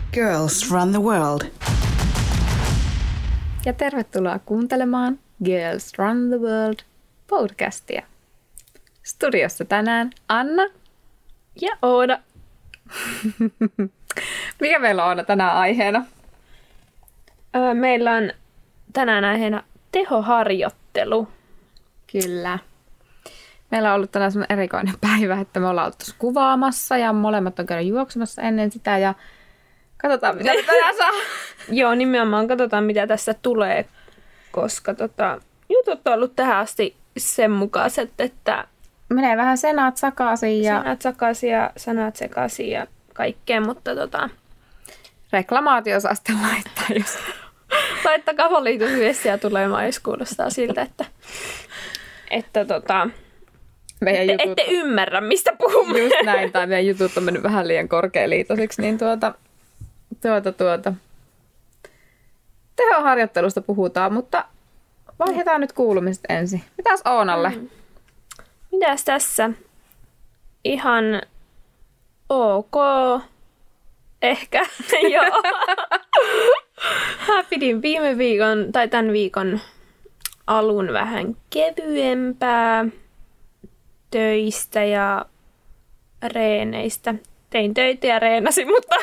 Girls Run the World. Ja tervetuloa kuuntelemaan Girls Run the World podcastia. Studiossa tänään Anna ja Oona. Mikä meillä on tänään aiheena? Meillä on tänään aiheena tehoharjoittelu. Kyllä. Meillä on ollut tänään sellainen erikoinen päivä, että me ollaan oltu kuvaamassa ja molemmat on käynyt juoksemassa ennen sitä ja katsotaan mitä tänään saa. Joo, nimenomaan katsotaan mitä tästä tulee, koska jutut on ollut tähän asti sen mukaiset, että menee vähän senat sekaisin ja sanat sekaisin ja kaikkea, mutta reklamaatio saa sitten laittaa, jos laittakaa valitusviestiä tulemaan, jos kuulostaa siltä, että ette ymmärrä, mistä puhumme. Just näin, tai meidän jutut on mennyt vähän liian korkealiitoisiksi, niin tehoharjoittelusta puhutaan, mutta vaihdetaan nyt kuulumiset ensin. Mitäs Oonalle? Mitäs tässä? Ihan ok. Ehkä, joo. Mä pidin viime viikon, tai tämän viikon alun vähän kevyempää töistä ja reeneistä. Tein töitä ja reenasin,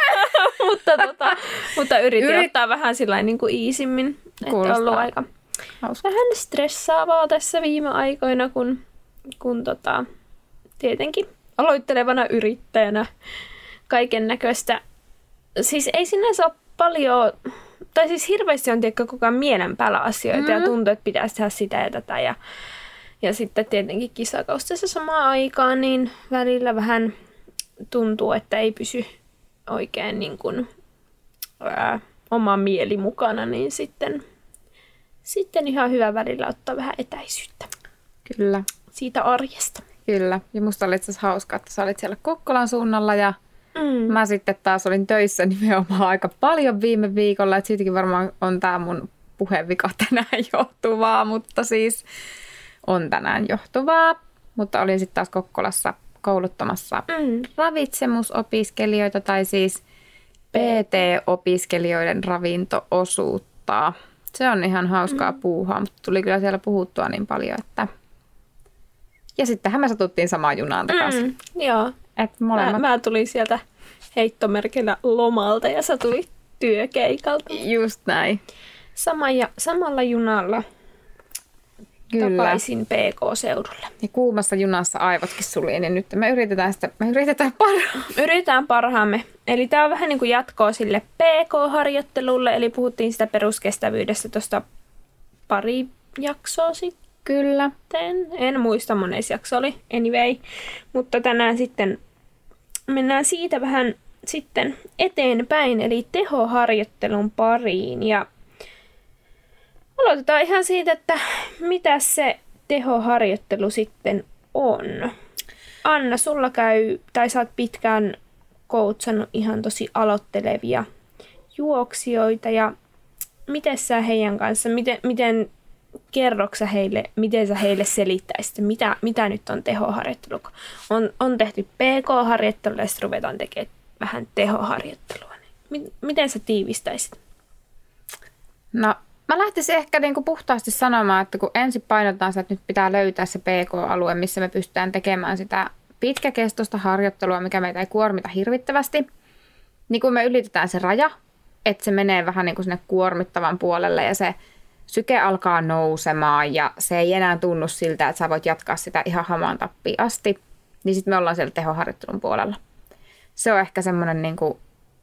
mutta yritin ottaa vähän sillä niin kuin iisimmin. Että on ollut aika vähän stressaavaa tässä viime aikoina, kun tietenkin aloittelevana yrittäjänä kaiken näköistä. Siis ei sinänsä ole paljon, tai siis hirveästi on koko ajan mielen päällä asioita ja tuntuu, että pitäisi tehdä sitä ja tätä. Ja sitten tietenkin kisakaustessa samaan aikaan, niin välillä vähän tuntuu, että ei pysy oikein niin kuin, oma mieli mukana, niin sitten ihan hyvä välillä ottaa vähän etäisyyttä. Kyllä. Siitä arjesta. Kyllä. Ja musta oli itse asiassa hauskaa, että sä olit siellä Kokkolan suunnalla ja mä sitten taas olin töissä nimenomaan aika paljon viime viikolla. Että siitäkin varmaan on tää mun puhevika tänään johtuvaa, mutta siis on tänään johtuvaa. Mutta olin sitten taas Kokkolassa kouluttamassa ravitsemusopiskelijoita tai siis PT-opiskelijoiden ravinto-osuutta. Se on ihan hauskaa puuhaa, mutta tuli kyllä siellä puhuttua niin paljon, että ja sittenhän me satuttiin samaan junaan takaisin. Joo. Mä tulin sieltä heittomerkillä lomalta ja sä tulit työkeikalta. Just näin. Samalla junalla kyllä. Takaisin PK-seudulle. Ja kuumassa junassa aivotkin suli, niin nyt me yritetään parhaamme. Yritetään parhaamme. Eli tää on vähän niin kuin jatkoa sille PK-harjoittelulle, eli puhuttiin sitä peruskestävyydestä tuosta pari jaksoa sitten. Kyllä. En muista mones jakso oli, anyway. Mutta tänään sitten mennään siitä vähän sitten eteenpäin, eli tehoharjoittelun pariin. Ja aloitetaan ihan siitä, että mitä se tehoharjoittelu sitten on. Anna, sulla sä oot pitkään coachannut ihan tosi aloittelevia juoksijoita. Ja miten sä heidän kanssa, miten kerroksä heille, miten sä heille selittäisit, mitä nyt on tehoharjoittelu? On tehty PK-harjoittelua ja sitten ruvetaan tekemään vähän tehoharjoittelua. Miten sä tiivistäisit? No, mä lähtisin ehkä niinku puhtaasti sanomaan, että kun ensin painotetaan se, että nyt pitää löytää se PK-alue, missä me pystytään tekemään sitä pitkäkestoista harjoittelua, mikä meitä ei kuormita hirvittävästi, niin kun me ylitetään se raja, että se menee vähän niin kuin sinne kuormittavan puolelle ja se syke alkaa nousemaan ja se ei enää tunnu siltä, että sä voit jatkaa sitä ihan hamaan tappiin asti, niin sitten me ollaan siellä tehoharjoittelun puolella. Se on ehkä semmoinen niin kuin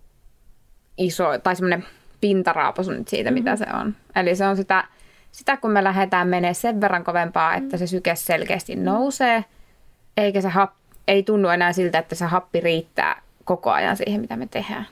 iso, tai semmoinen pintaraapasu nyt siitä, mitä se on. Eli se on sitä kun me lähdetään menemään sen verran kovempaa, että se syke selkeästi nousee, eikä se ei tunnu enää siltä, että se happi riittää koko ajan siihen, mitä me tehdään.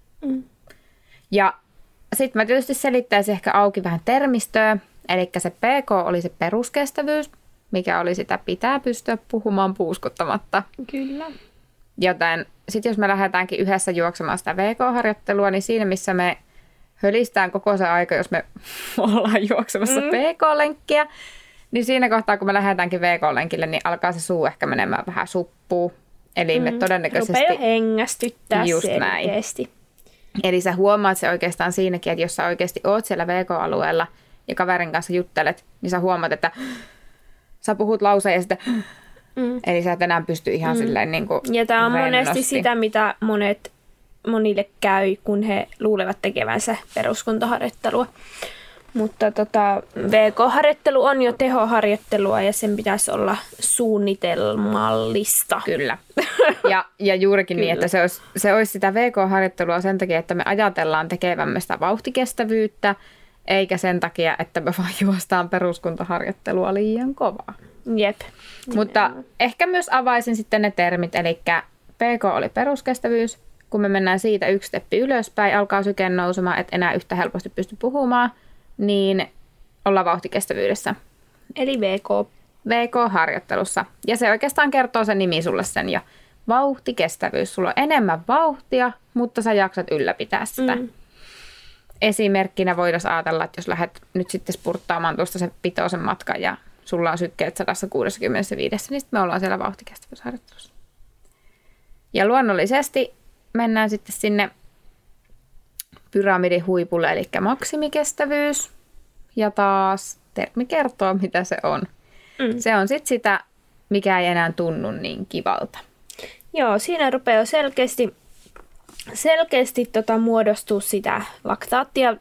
Ja sitten mä tietysti selittäisin ehkä auki vähän termistöä, eli se PK oli se peruskestävyys, mikä oli sitä pitää pystyä puhumaan puuskuttamatta. Kyllä. Joten sitten jos me lähdetäänkin yhdessä juoksemaan sitä VK-harjoittelua, niin siinä missä me hölistään koko se aika, jos me ollaan juoksemassa PK-lenkkiä, niin siinä kohtaa kun me lähdetäänkin VK-lenkille, niin alkaa se suu ehkä menemään vähän suppuun. Eli me todennäköisesti rupeaa hengästyttää selkeästi. Eli sä huomaat se oikeastaan siinäkin, että jos sä oikeasti oot siellä VK-alueella ja kaverin kanssa juttelet, niin sä huomaat, että sä puhut lauseen ja sitten... Eli sä et enää pysty ihan silleen niin kuin ja tää on rennosti. monesti sitä, mitä monille käy, kun he luulevat tekevänsä peruskuntaharjoittelua. Mutta VK-harjoittelu on jo tehoharjoittelua ja sen pitäisi olla suunnitelmallista. Kyllä. Ja juurikin niin, että se olisi sitä VK-harjoittelua sen takia, että me ajatellaan tekevämme sitä vauhtikestävyyttä, eikä sen takia, että me vaan juostaan peruskuntaharjoittelua liian kovaa. Jep. Mutta ehkä myös avaisin sitten ne termit, eli PK oli peruskestävyys. Kun me mennään siitä yksi steppi ylöspäin, alkaa syke nousemaan, et enää yhtä helposti pysty puhumaan, niin ollaan vauhtikestävyydessä. Eli VK-harjoittelussa. Ja se oikeastaan kertoo sen nimi sulle sen jo. Vauhtikestävyys. Sulla on enemmän vauhtia, mutta sä jaksat ylläpitää sitä. Esimerkkinä voidaan ajatella, että jos lähdet nyt sitten spurttaamaan tuosta sen pitoisen matkan ja sulla on sykkeet 165, niin sitten me ollaan siellä vauhtikestävyysharjoittelussa. Ja luonnollisesti mennään sitten sinne pyramidin huipulle, eli maksimikestävyys. Ja taas termi kertoo, mitä se on. Se on sitten sitä, mikä ei enää tunnu niin kivalta. Joo, siinä rupeaa jo selkeästi muodostua sitä laktaattia.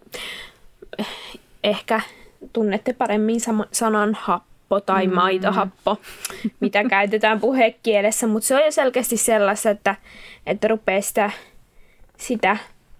Ehkä tunnette paremmin sanan happo tai maitohappo, mitä käytetään puhekielessä, mutta se on jo selkeästi sellaista, että rupeaa sitä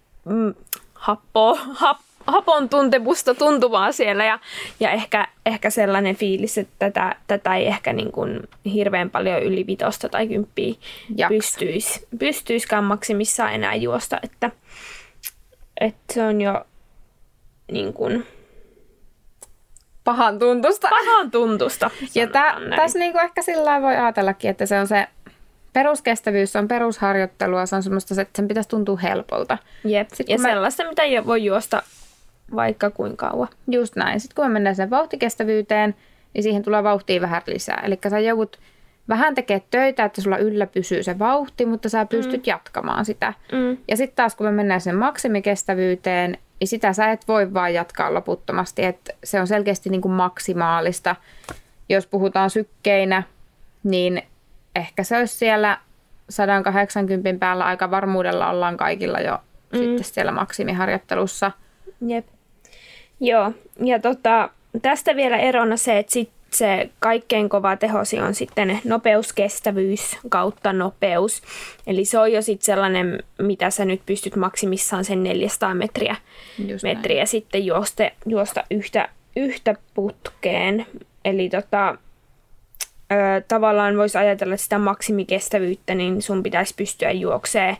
hapon tuntemusta tuntumaan siellä ja ehkä sellainen fiilis, että tätä ei ehkä niin kuin hirveän paljon yli 5 tai 10 pystyisikään maksimissaan enää juosta, että se on jo niin kuin pahan tuntusta. Ja tässä niinku ehkä sillä voi ajatellakin, että se on se peruskestävyys, on perusharjoittelua, se on semmoista, että sen pitäisi tuntua helpolta. Jep, ja sellaista, mitä voi juosta vaikka kuinka kauan. Just näin. Sitten kun me mennään sen vauhtikestävyyteen, niin siihen tulee vauhtia vähän lisää. Eli sä joudut vähän tekemään töitä, että sulla yllä pysyy se vauhti, mutta sä pystyt jatkamaan sitä. Ja sitten taas kun me mennään sen maksimikestävyyteen, niin sitä sä et voi vaan jatkaa loputtomasti, että se on selkeästi niin kuin maksimaalista. Jos puhutaan sykkeinä, niin ehkä se olisi siellä 180 päällä aika varmuudella ollaan kaikilla jo sitten siellä maksimiharjoittelussa. Jep. Joo, ja tästä vielä erona se, että se kaikkein kova tehosi on sitten nopeuskestävyys kautta nopeus. Eli se on jo sitten sellainen, mitä sä nyt pystyt maksimissaan sen 400 metriä sitten juosta yhtä putkeen. Eli tavallaan voisi ajatella sitä maksimikestävyyttä, niin sun pitäisi pystyä juoksemaan.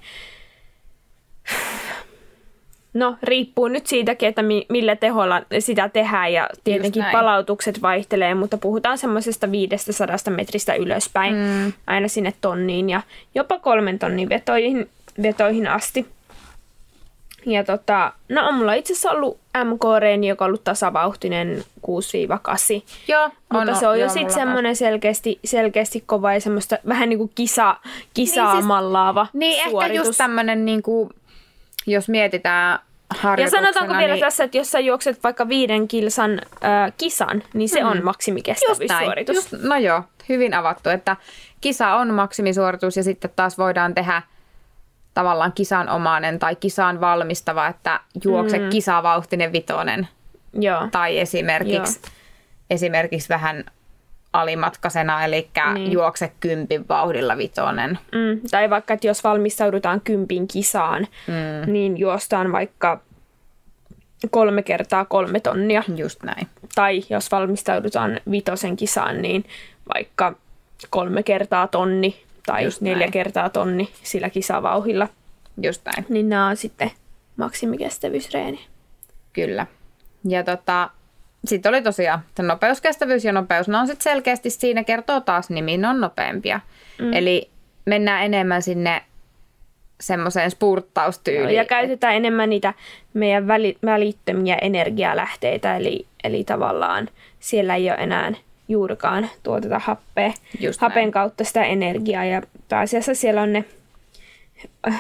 No, riippuu nyt siitäkin, että millä teholla sitä tehdään ja tietenkin palautukset vaihtelee, mutta puhutaan semmoisesta 500 metristä ylöspäin aina sinne tonniin ja jopa 3 tonnin vetoihin asti. Ja no on mulla itse asiassa ollut MK-reeni, joka on ollut tasavauhtinen 6-8. Joo, mutta se on jo sitten semmoinen selkeästi kova ja semmoista vähän niin kuin kisaa mallaava suoritus. Ehkä just tämmöinen, niin kuin, jos mietitään harjoituksena. Ja sanotaanko vielä tässä, että jos sä juokset vaikka 5 kilsan kisan, niin se on maksimikestävyyssuoritus. No joo, hyvin avattu, että kisa on maksimisuoritus ja sitten taas voidaan tehdä tavallaan kisanomainen tai kisaan valmistava, että juokse kisavauhtinen 5. Joo. Tai esimerkiksi vähän alimatkaisena, eli juokse 10 vauhdilla 5. Tai vaikka, että jos valmistaudutaan 10 kisaan, niin juostaan vaikka 3 kertaa 3 tonnia. Just näin. Tai jos valmistaudutaan 5 kisaan, niin vaikka 3 kertaa tonni tai 4 kertaa tonni sillä kisavauhilla. Just näin. Niin nämä on sitten maksimikestävyysreeni. Kyllä. Ja sitten oli tosiaan nopeuskestävyys ja nopeus. Ne on sitten selkeästi, siinä kertoo taas nimi, ne on nopeampia. Eli mennään enemmän sinne semmoiseen spurttaustyyliin. Ja käytetään enemmän niitä meidän välittömiä energialähteitä, eli tavallaan siellä ei ole enää juurikaan tuoteta hapen kautta sitä energiaa. Ja pääasiassa siellä on ne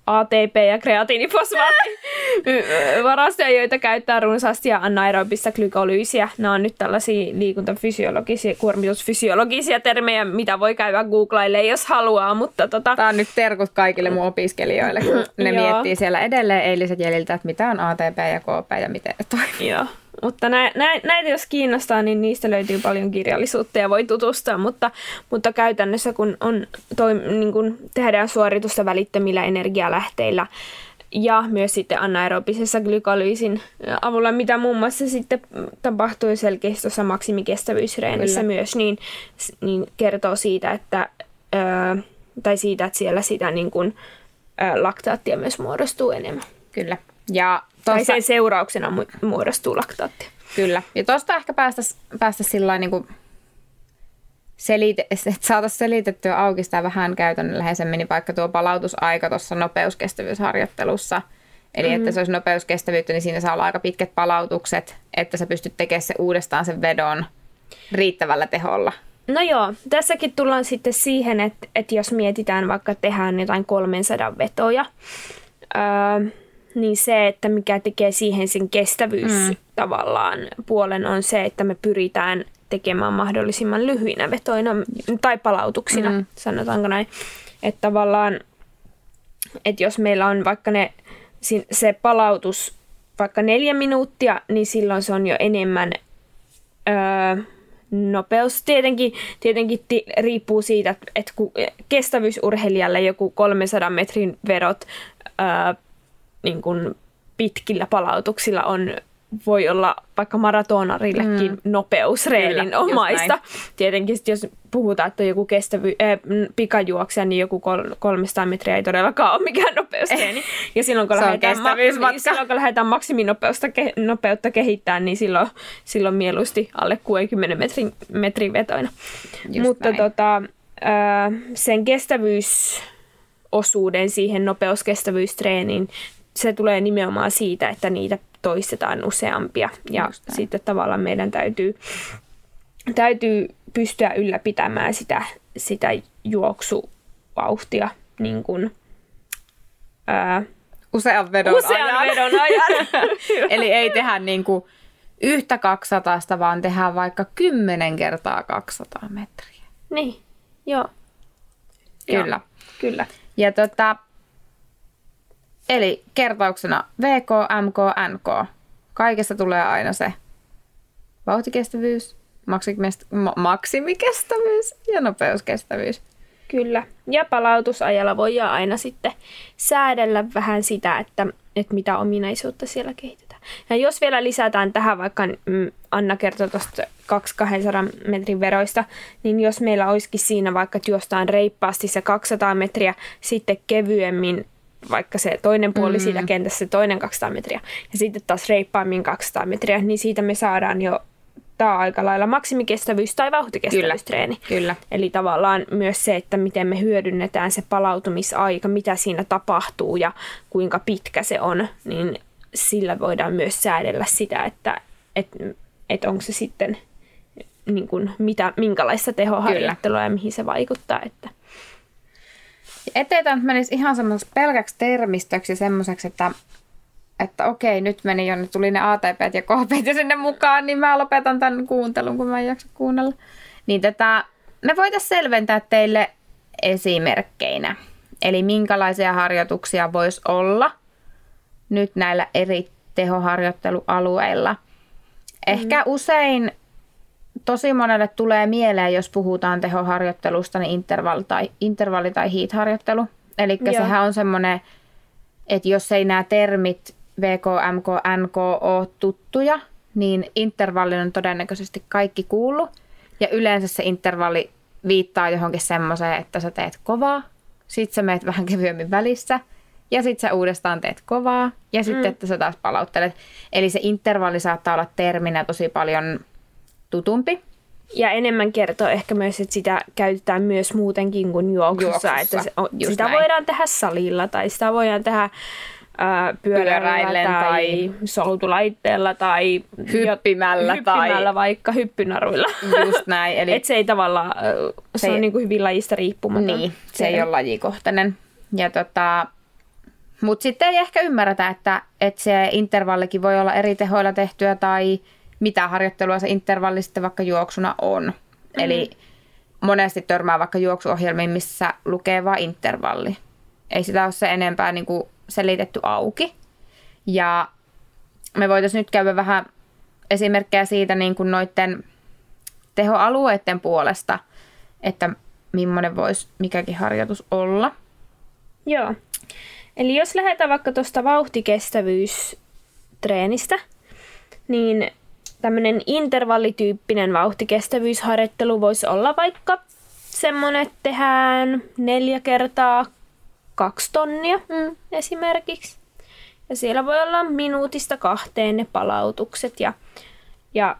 ATP- ja kreatiinifosfaattivarastoja, joita käyttää runsaasti ja anaerobista glykolyysiä. Nämä on nyt tällaisia liikuntafysiologisia, kuormitusfysiologisia termejä, mitä voi käydä googlaille, jos haluaa. Mutta Tämä on nyt terkut kaikille mun opiskelijoille, kun ne miettii siellä edelleen eiliset jäljiltä, että mitä on ATP ja KP ja miten ne toimii. Joo. Mutta näitä jos kiinnostaa, niin niistä löytyy paljon kirjallisuutta ja voi tutustua, mutta käytännössä kun niin kun tehdään suoritusta välittömillä energialähteillä ja myös sitten anaerobisessa glykolyysin avulla, mitä muun muassa sitten tapahtuu selkeästi tuossa maksimikestävyysreenissä myös, niin kertoo siitä, että siellä sitä niin kun, laktaattia myös muodostuu enemmän. Kyllä. Tai sen seurauksena muodostuu laktaattia. Kyllä. Ja tuosta ehkä päästä sillä niin kuin että saataisiin selitettyä auki sitä vähän käytännönläheisemmin, niin vaikka tuo palautusaika tuossa nopeuskestävyysharjoittelussa. Eli että se olisi nopeuskestävyyttä, niin siinä saa olla aika pitkät palautukset, että sä pystyt tekemään uudestaan sen vedon riittävällä teholla. No joo, tässäkin tullaan sitten siihen, että jos mietitään vaikka tehdään jotain 300 vetoja, niin se, että mikä tekee siihen sen kestävyys tavallaan puolen on se, että me pyritään tekemään mahdollisimman lyhyinä vetoina tai palautuksina, sanotaanko näin. Että tavallaan, että jos meillä on vaikka se palautus vaikka 4 minuuttia, niin silloin se on jo enemmän nopeus. Tietenkin riippuu siitä, että kun kestävyysurheilijalle joku 300 metrin vedot niin kuin pitkillä palautuksilla voi olla vaikka maratonarillekin nopeusreenin omaista. Tietenkin jos puhutaan, että on joku pikajuoksija, niin joku 300 metriä ei todellakaan ole mikään nopeusreeni. Ja silloin kun lähdetään maksiminopeutta kehittämään, niin silloin mieluusti alle 60 metrin vetoina. Mutta sen kestävyysosuuden siihen nopeuskestävyystreeniin, se tulee nimenomaan siitä, että niitä toistetaan useampia. Ja sitten tavallaan meidän täytyy pystyä ylläpitämään sitä juoksuvauhtia niin kuin, usean vedon ajan. Eli ei tehdä niin kuin yhtä 200, vaan tehdään vaikka 10 kertaa 200 metriä. Niin, joo. Kyllä. Kyllä. Ja eli kertauksena VK, MK, NK. Kaikessa tulee aina se vauhtikestävyys, maksimikestävyys ja nopeuskestävyys. Kyllä. Ja palautusajalla voidaan aina sitten säädellä vähän sitä, että mitä ominaisuutta siellä kehitetään. Ja jos vielä lisätään tähän, vaikka Anna kertoi tuosta 200 metrin veroista, niin jos meillä olisikin siinä vaikka juostaan reippaasti se 200 metriä, sitten kevyemmin vaikka se toinen puoli siitä kentässä, se toinen 200 metriä, ja sitten taas reippaammin 200 metriä, niin siitä me saadaan jo aika lailla maksimikestävyys- tai vauhtikestävyystreeni. Kyllä. Eli tavallaan myös se, että miten me hyödynnetään se palautumisaika, mitä siinä tapahtuu ja kuinka pitkä se on, niin sillä voidaan myös säädellä sitä, että onko se sitten niin kuin minkälaista tehoharjoittelua ja mihin se vaikuttaa. Ettei tämä nyt menisi ihan semmoiseksi pelkäksi termistöksi ja semmoiseksi, että okei, nyt tuli ne ATPt ja KPt sinne mukaan, niin mä lopetan tämän kuuntelun, kun mä en jaksa kuunnella. Niin me voitaisiin selventää teille esimerkkeinä. Eli minkälaisia harjoituksia voisi olla nyt näillä eri tehoharjoittelualueilla. Ehkä usein tosi monelle tulee mieleen, jos puhutaan tehoharjoittelusta, niin intervalli- tai heat-harjoittelu. Eli sehän on semmoinen, että jos ei nämä termit VK, MK, NK ole tuttuja, niin intervallin on todennäköisesti kaikki kuullut. Ja yleensä se intervalli viittaa johonkin semmoiseen, että sä teet kovaa, sit sä meet vähän kevyemmin välissä, ja sit sä uudestaan teet kovaa, ja sitten että sä taas palauttelet. Eli se intervalli saattaa olla terminä tosi paljon tutumpi. Ja enemmän kertoo ehkä myös, että sitä käytetään myös muutenkin kuin juoksussa. Että sitä voidaan tehdä salilla tai sitä voidaan tehdä pyöräillä tai soutulaitteella tai hyppimällä vaikka hyppynaruilla. Just näin. Eli että se ei tavallaan, se on niin kuin hyvin lajista riippumaton. Niin, se ei ole lajikohtainen. Ja Mutta sitten ei ehkä ymmärretä, että se intervallikin voi olla eri tehoilla tehtyä tai mitä harjoittelua se intervalli sitten vaikka juoksuna on. Eli monesti törmää vaikka juoksuohjelmiin, missä lukee vain intervalli. Ei sitä ole se enempää niin kuin selitetty auki. Ja me voitaisiin nyt käydä vähän esimerkkejä siitä niin kuin noiden tehoalueiden puolesta, että millainen voisi mikäkin harjoitus olla. Joo. Eli jos lähdetään vaikka tuosta vauhtikestävyystreenistä, niin tämmöinen intervallityyppinen vauhtikestävyysharjoittelu voisi olla vaikka semmoinen, että tehdään 4 kertaa 2 tonnia esimerkiksi. Ja siellä voi olla minuutista 2 ne palautukset. Ja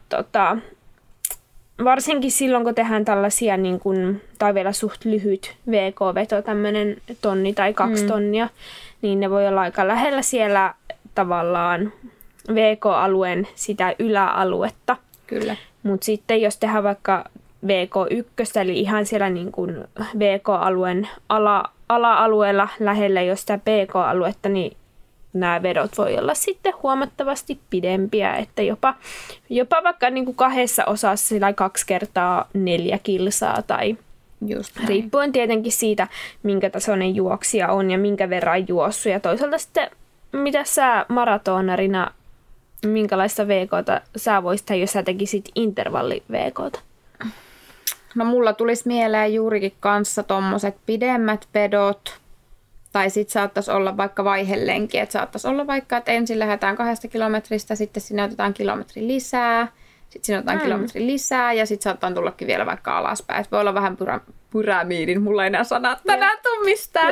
varsinkin silloin, kun tehdään tällaisia, niin kun, tai vielä suht lyhyt VK-veto, tämmöinen 1 tonni tai 2 tonnia, niin ne voi olla aika lähellä siellä tavallaan VK-alueen sitä yläaluetta. Kyllä. Mutta sitten jos tehdään vaikka VK1, eli ihan siellä niin kuin VK-alueen ala-alueella lähellä jo sitä PK-aluetta, niin nämä vedot voi olla sitten huomattavasti pidempiä, että jopa vaikka niin kuin 2 osassa 2 kertaa 4 kilsaa tai riippuen tietenkin siitä, minkä tasoinen juoksija on ja minkä verran juossut. Ja toisaalta sitten, mitä sä maratonarina, minkälaista VK:ta sä voisit tehdä, jos sä tekisit intervalli-VK:ta? No mulla tulisi mieleen juurikin kanssa tommoset pidemmät vedot. Tai sitten saattaisi olla vaikka vaihelenki, että saattaisi olla vaikka, että ensin lähdetään 2 kilometristä, sitten sinne otetaan kilometri lisää, sitten sinne otetaan kilometri lisää ja sitten saattaa tullakin vielä vaikka alaspäin. Et voi olla vähän pyramiidin, mulla ei enää sanat tänään tule mistään.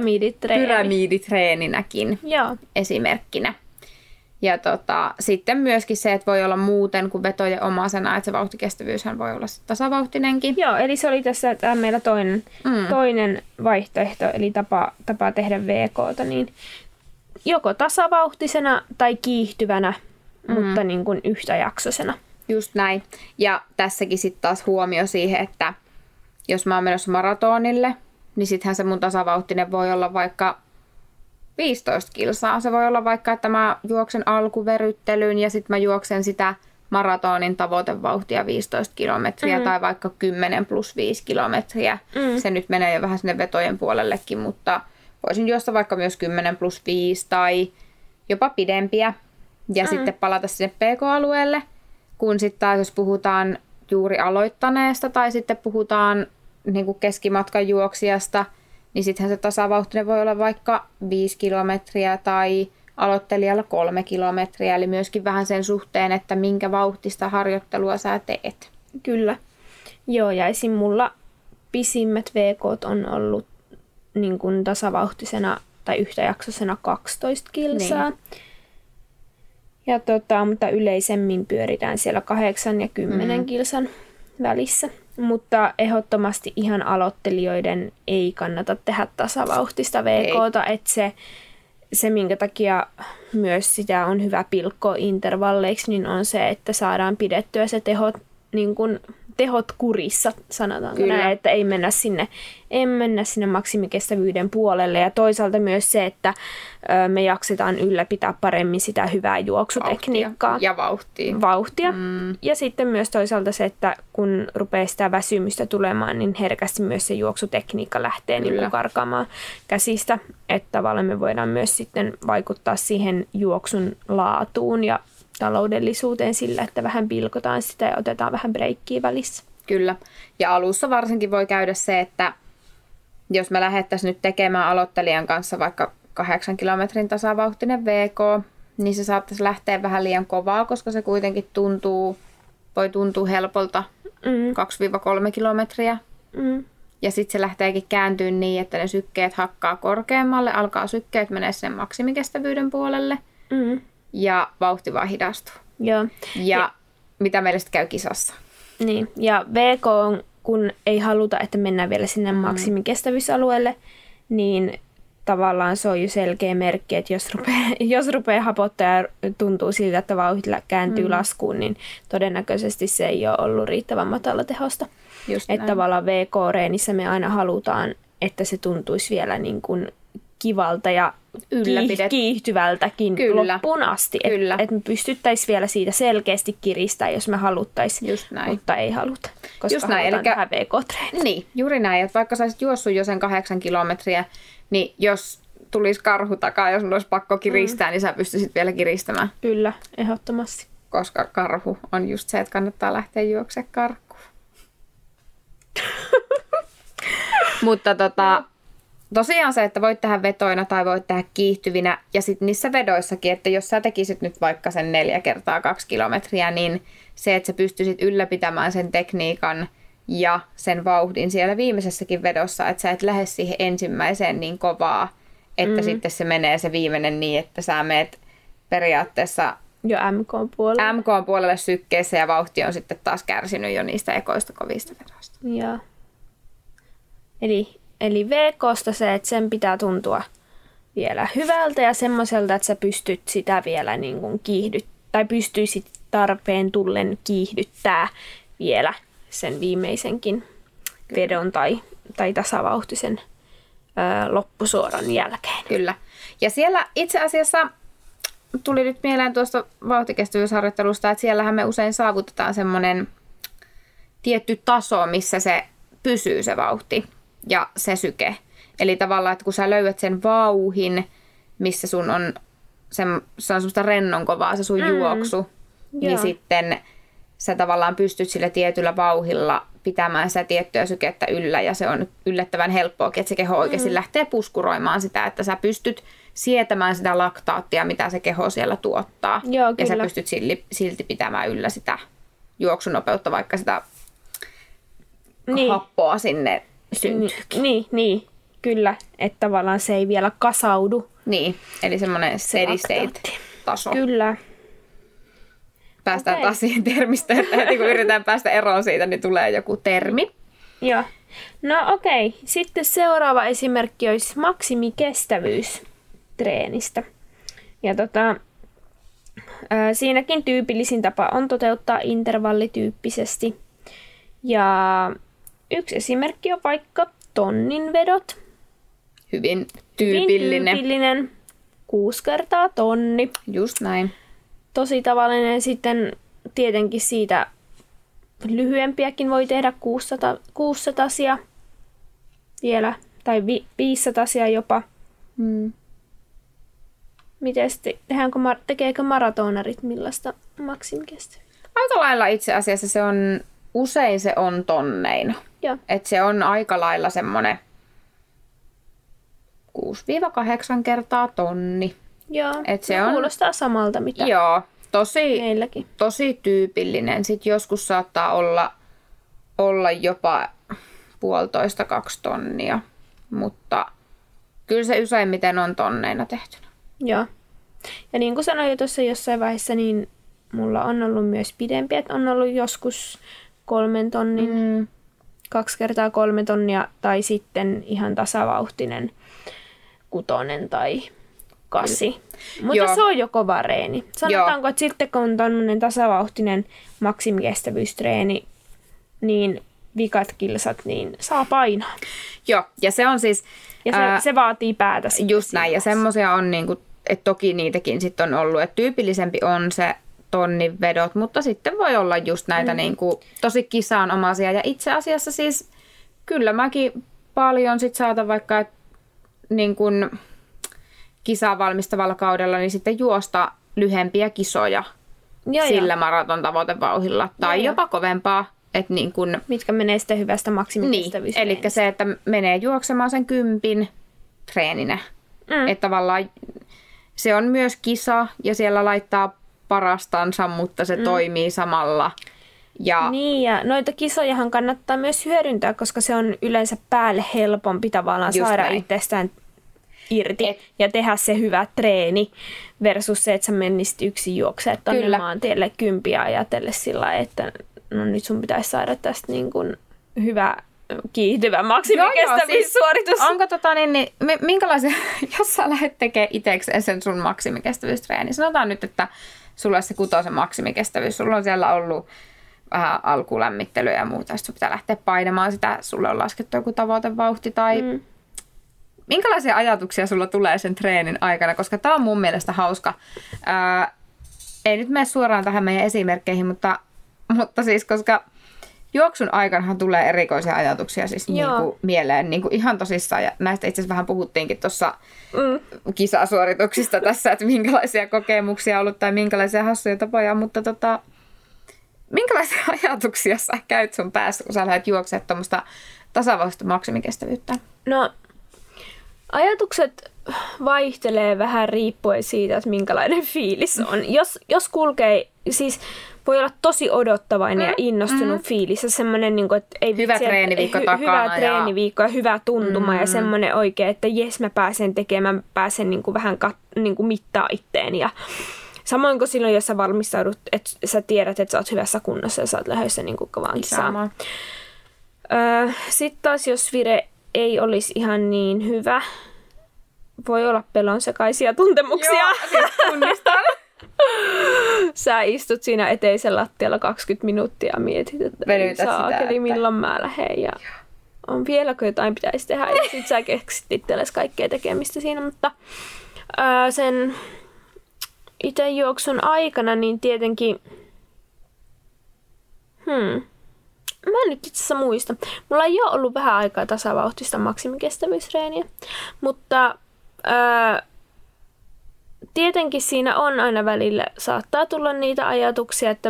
Pyramiditreeninäkin esimerkkinä. Ja sitten myöskin se, että voi olla muuten kuin vetojen omaisena, että se vauhtikestävyyshän voi olla tasavauhtinenkin. Joo, eli se oli tässä meillä toinen vaihtoehto, eli tapa tehdä VK:ta, niin joko tasavauhtisena tai kiihtyvänä, mutta niin kuin yhtäjaksoisena. Just näin. Ja tässäkin sitten taas huomio siihen, että jos mä oon menossa maratonille, niin sittenhän se mun tasavauhtinen voi olla vaikka 15 kilsaa. Se voi olla vaikka, että mä juoksen alkuveryttelyn ja sitten mä juoksen sitä maratonin tavoitevauhtia 15 kilometriä tai vaikka 10 plus 5 kilometriä. Se nyt menee jo vähän sinne vetojen puolellekin, mutta voisin juosta vaikka myös 10 plus 5 tai jopa pidempiä ja sitten palata sinne PK-alueelle, kun sitten taas jos puhutaan juuri aloittaneesta tai sitten puhutaan niin kuin keskimatkan juoksijasta, niin sittenhän se tasavauhtinen voi olla vaikka 5 kilometriä tai aloittelijalla 3 kilometriä, eli myöskin vähän sen suhteen, että minkä vauhtista harjoittelua sä teet. Kyllä. Joo, ja esim. Mulla pisimmät VK:t on ollut niin kuin tasavauhtisena tai yhtäjaksoisena 12 kilsaa. Niin. Ja mutta yleisemmin pyöritään siellä 8 ja 10 kilsan välissä. Mutta ehdottomasti ihan aloittelijoiden ei kannata tehdä tasavauhtista VK:ta, että se, minkä takia myös sitä on hyvä pilkkoa intervalleiksi, niin on se, että saadaan pidettyä se tehot kurissa, sanotaanko näin, että ei mennä sinne maksimikestävyyden puolelle. Ja toisaalta myös se, että me jaksetaan ylläpitää paremmin sitä hyvää juoksutekniikkaa. Ja vauhtia. Ja sitten myös toisaalta se, että kun rupeaa sitä väsymystä tulemaan, niin herkästi myös se juoksutekniikka lähtee niin kuin karkaamaan käsistä. Että tavallaan me voidaan myös sitten vaikuttaa siihen juoksun laatuun ja taloudellisuuteen sillä, että vähän pilkotaan sitä ja otetaan vähän breikkiä välissä. Kyllä. Ja alussa varsinkin voi käydä se, että jos me lähdettäisiin nyt tekemään aloittelijan kanssa vaikka 8 kilometrin tasavauhtinen VK, niin se saattaisi lähteä vähän liian kovaa, koska se kuitenkin voi tuntua helpolta 2-3 kilometriä. Ja sitten se lähteekin kääntyä niin, että ne sykkeet hakkaa korkeammalle, alkaa sykkeet menee sen maksimikestävyyden puolelle. Ja vauhti vaan hidastuu. Joo. Ja mitä meillä sitten käy kisassa. Niin, ja VK, kun ei haluta, että mennään vielä sinne maksimikestävyysalueelle, niin tavallaan se on jo selkeä merkki, että jos rupeaa hapottaa ja tuntuu siltä, että vauhti kääntyy laskuun, niin todennäköisesti se ei ole ollut riittävän matala tehosta. Että tavallaan VK-reenissä me aina halutaan, että se tuntuisi vielä niin kuin kivalta ja kiihtyvältäkin loppuun asti. Että me pystyttäisiin vielä siitä selkeästi kiristämään, jos me haluttaisiin, mutta ei haluta, koska just näin, halutaan tähän VK-treeniä. Niin, juuri näin. Että vaikka sä olisit juossut jo sen 8 kilometriä, niin jos tulisi karhu takaa, jos olisi pakko kiristää, niin sä pystyisit vielä kiristämään. Kyllä, ehdottomasti. Koska karhu on just se, että kannattaa lähteä juoksemaan karkuun. Mutta tosiaan se, että voit tehdä vetoina tai voit tehdä kiihtyvinä. Ja sitten niissä vedoissakin, että jos sä tekisit nyt vaikka sen 4 kertaa 2 kilometriä, niin se, että sä pystyisit ylläpitämään sen tekniikan ja sen vauhdin siellä viimeisessäkin vedossa, että sä et lähde siihen ensimmäiseen niin kovaa, että sitten se menee se viimeinen niin, että sä meet periaatteessa jo MK-puolelle sykkeessä ja vauhti on sitten taas kärsinyt jo niistä ekoista kovista vedoista. Joo. Eli VK:sta se, että sen pitää tuntua vielä hyvältä ja semmoiselta, että sä pystyt sitä vielä niin kuin tai pystyisit tarpeen tullen kiihdyttää vielä sen viimeisenkin vedon tai tasavauhtisen loppusuoran jälkeen. Kyllä. Ja siellä itse asiassa tuli nyt mieleen tuosta vauhtikestävyysharjoittelusta, että siellähän me usein saavutetaan semmoinen tietty taso, missä se pysyy se vauhti ja se syke. Eli tavallaan, että kun sä löydät sen vauhin, missä sun on, se on semmoista rennon kovaa se sun juoksu, niin sitten sä tavallaan pystyt sillä tietyllä vauhilla pitämään sitä tiettyä sykettä yllä, ja se on yllättävän helppoakin, että se keho oikeasti lähtee puskuroimaan sitä, että sä pystyt sietämään sitä laktaattia, mitä se keho siellä tuottaa. Joo, ja sä pystyt silti pitämään yllä sitä juoksunopeutta, vaikka sitä happoa sinne syntyykin. Niin, kyllä, että tavallaan se ei vielä kasaudu. Niin, eli semmoinen steady state-taso. Kyllä. Päästään taas siihen termistöön, että heti kun yritetään päästä eroon siitä, niin tulee joku termi. Joo. No okei. Sitten seuraava esimerkki olisi maksimikestävyys treenistä. Ja siinäkin tyypillisin tapa on toteuttaa intervallityyppisesti. Ja yksi esimerkki on vaikka tonnin vedot. Hyvin tyypillinen. 6 kertaa tonni. Just näin. Tosi tavallinen. Sitten tietenkin siitä lyhyempiäkin voi tehdä 600 vielä. Tai 500 jopa. Miten sitten, tekeekö maratonarit millaista maksimikestävyyttä? Aika lailla itse asiassa usein se on tonneina. Että se on aika lailla semmoinen 6-8 kertaa tonni. Joo, se kuulostaa samalta mitä meilläkin. Tosi tyypillinen. Sitten joskus saattaa olla jopa 1,5-2 tonnia, mutta kyllä se useimmiten on tonneina tehtynä. Joo. Ja niin kuin sanoin jo tuossa jossain vaiheessa, niin mulla on ollut myös pidempiä. Että on ollut joskus 3 tonnin, 2 kertaa 3 tonnia tai sitten ihan tasavauhtinen 6 tai 8. Mutta se on jo kova reeni. Sanotaanko, että sitten kun on tämmöinen tasavauhtinen maksimikestävyystreeni, niin vikat kilsat, niin saa painaa. Joo, ja se on siis... Ja se vaatii päätä sitten. Just näin, ja semmoisia on, niinku, että toki niitäkin sitten on ollut, että tyypillisempi on se tonnin vedot, mutta sitten voi olla just näitä niinku, tosi kisanomaisia. Ja itse asiassa siis kyllä mäkin paljon sit saatan vaikka niin kun kisaan valmistavalla kaudella, niin sitten juosta lyhempiä kisoja sillä maraton tavoitevauhilla tai jopa kovempaa. Että niin kun, mitkä menee sitten hyvästä maksimikestävyystä. Niin, eli se, että menee juoksemaan sen 10 treeninä. Että tavallaan se on myös kisa ja siellä laittaa parastansa, mutta se toimii samalla. Niin, ja noita kisojahan kannattaa myös hyödyntää, koska se on yleensä päälle helpompi tavallaan saada itsestään irti ja tehdä se hyvä treeni versus se, että sä menisit yksin juoksemaan tonne maantielle 10 ajatelle sillä, että no nyt sun pitäisi saada tästä niin kuin hyvä kiihtyvä maksimikestävyyssuoritus. Siis, onko minkälaisia, jos sä lähdet tekemään itsekseen sen sun maksimikestävyystreeni, sanotaan nyt, että sulla on se 6 maksimikestävyys, sulla on siellä ollut vähän alkulämmittelyä ja muuta, sitten sun pitää lähteä painamaan sitä, sulle on laskettu joku tavoitevauhti tai minkälaisia ajatuksia sulla tulee sen treenin aikana, koska tää on mun mielestä hauska. Ei nyt mene suoraan tähän meidän esimerkkeihin, mutta siis koska juoksun aikanahan tulee erikoisia ajatuksia siis niinku mieleen niinku ihan tosissaan. Ja näistä itse asiassa vähän puhuttiinkin tuossa kisasuorituksista tässä, että minkälaisia kokemuksia on ollut tai minkälaisia hassuja tapoja. Mutta minkälaisia ajatuksia sä käyt sun päässä, kun sä lähdet juoksemaan tuommoista tasavausta maksimikestävyyttä? No, ajatukset vaihtelee vähän riippuen siitä, että minkälainen fiilis on. Jos kulkee, siis voi olla tosi odottavainen ja innostunut fiilis ja semmoinen, niin kuin, että ei hyvä treeniviikko takana. Hyvä treeniviikko ja hyvä tuntuma ja semmoinen oikein, että jes mä pääsen tekemään, pääsen niin kuin vähän niin kuin mittaa itteen. Ja samoin kuin silloin, jos sä valmistaudut, että sä tiedät, että sä oot hyvässä kunnossa ja sä oot lähdössä niin kuin kovaan kisaan. Sitten taas, jos vire ei olisi ihan niin hyvä, voi olla pelonsekaisia tuntemuksia. Joo, siis tunnistan. Sä istut siinä eteisen lattialla 20 minuuttia ja mietit, että saakeli milloin mä lähden ja on vieläkö jotain pitäisi tehdä. Ja sit sä keksit itsellesi kaikkea tekemistä siinä, mutta sen itse juoksun aikana niin tietenkin mä en nyt itse asiassa muista. Mulla ei ole ollut vähän aikaa tasavauhtista maksimikestävyystreeniä, mutta tietenkin siinä on aina välillä, saattaa tulla niitä ajatuksia, että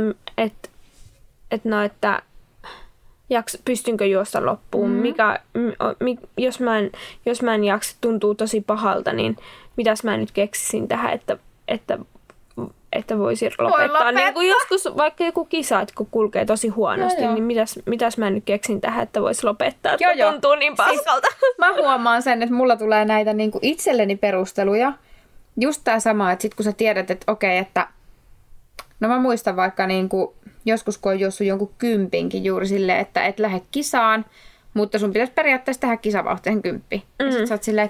pystynkö juosta loppuun, jos mä en jaksa, tuntuu tosi pahalta, niin mitäs mä nyt keksisin tähän, että voisi lopettaa. Niin kuin joskus vaikka joku kisa, että kun kulkee tosi huonosti, niin mitäs mä nyt keksin tähän, että voisi lopettaa, että tuntuu niin paskalta. Siis, mä huomaan sen, että mulla tulee näitä niin kuin itselleni perusteluja. Just tää sama, että sit kun sä tiedät, että okei, että no mä muistan vaikka niin kuin joskus, kun on juossut jonkun 10 juuri silleen, että et lähde kisaan, mutta sun pitäisi periaatteessa tehdä kisavauhteen 10. Ja sit sä oot silleen,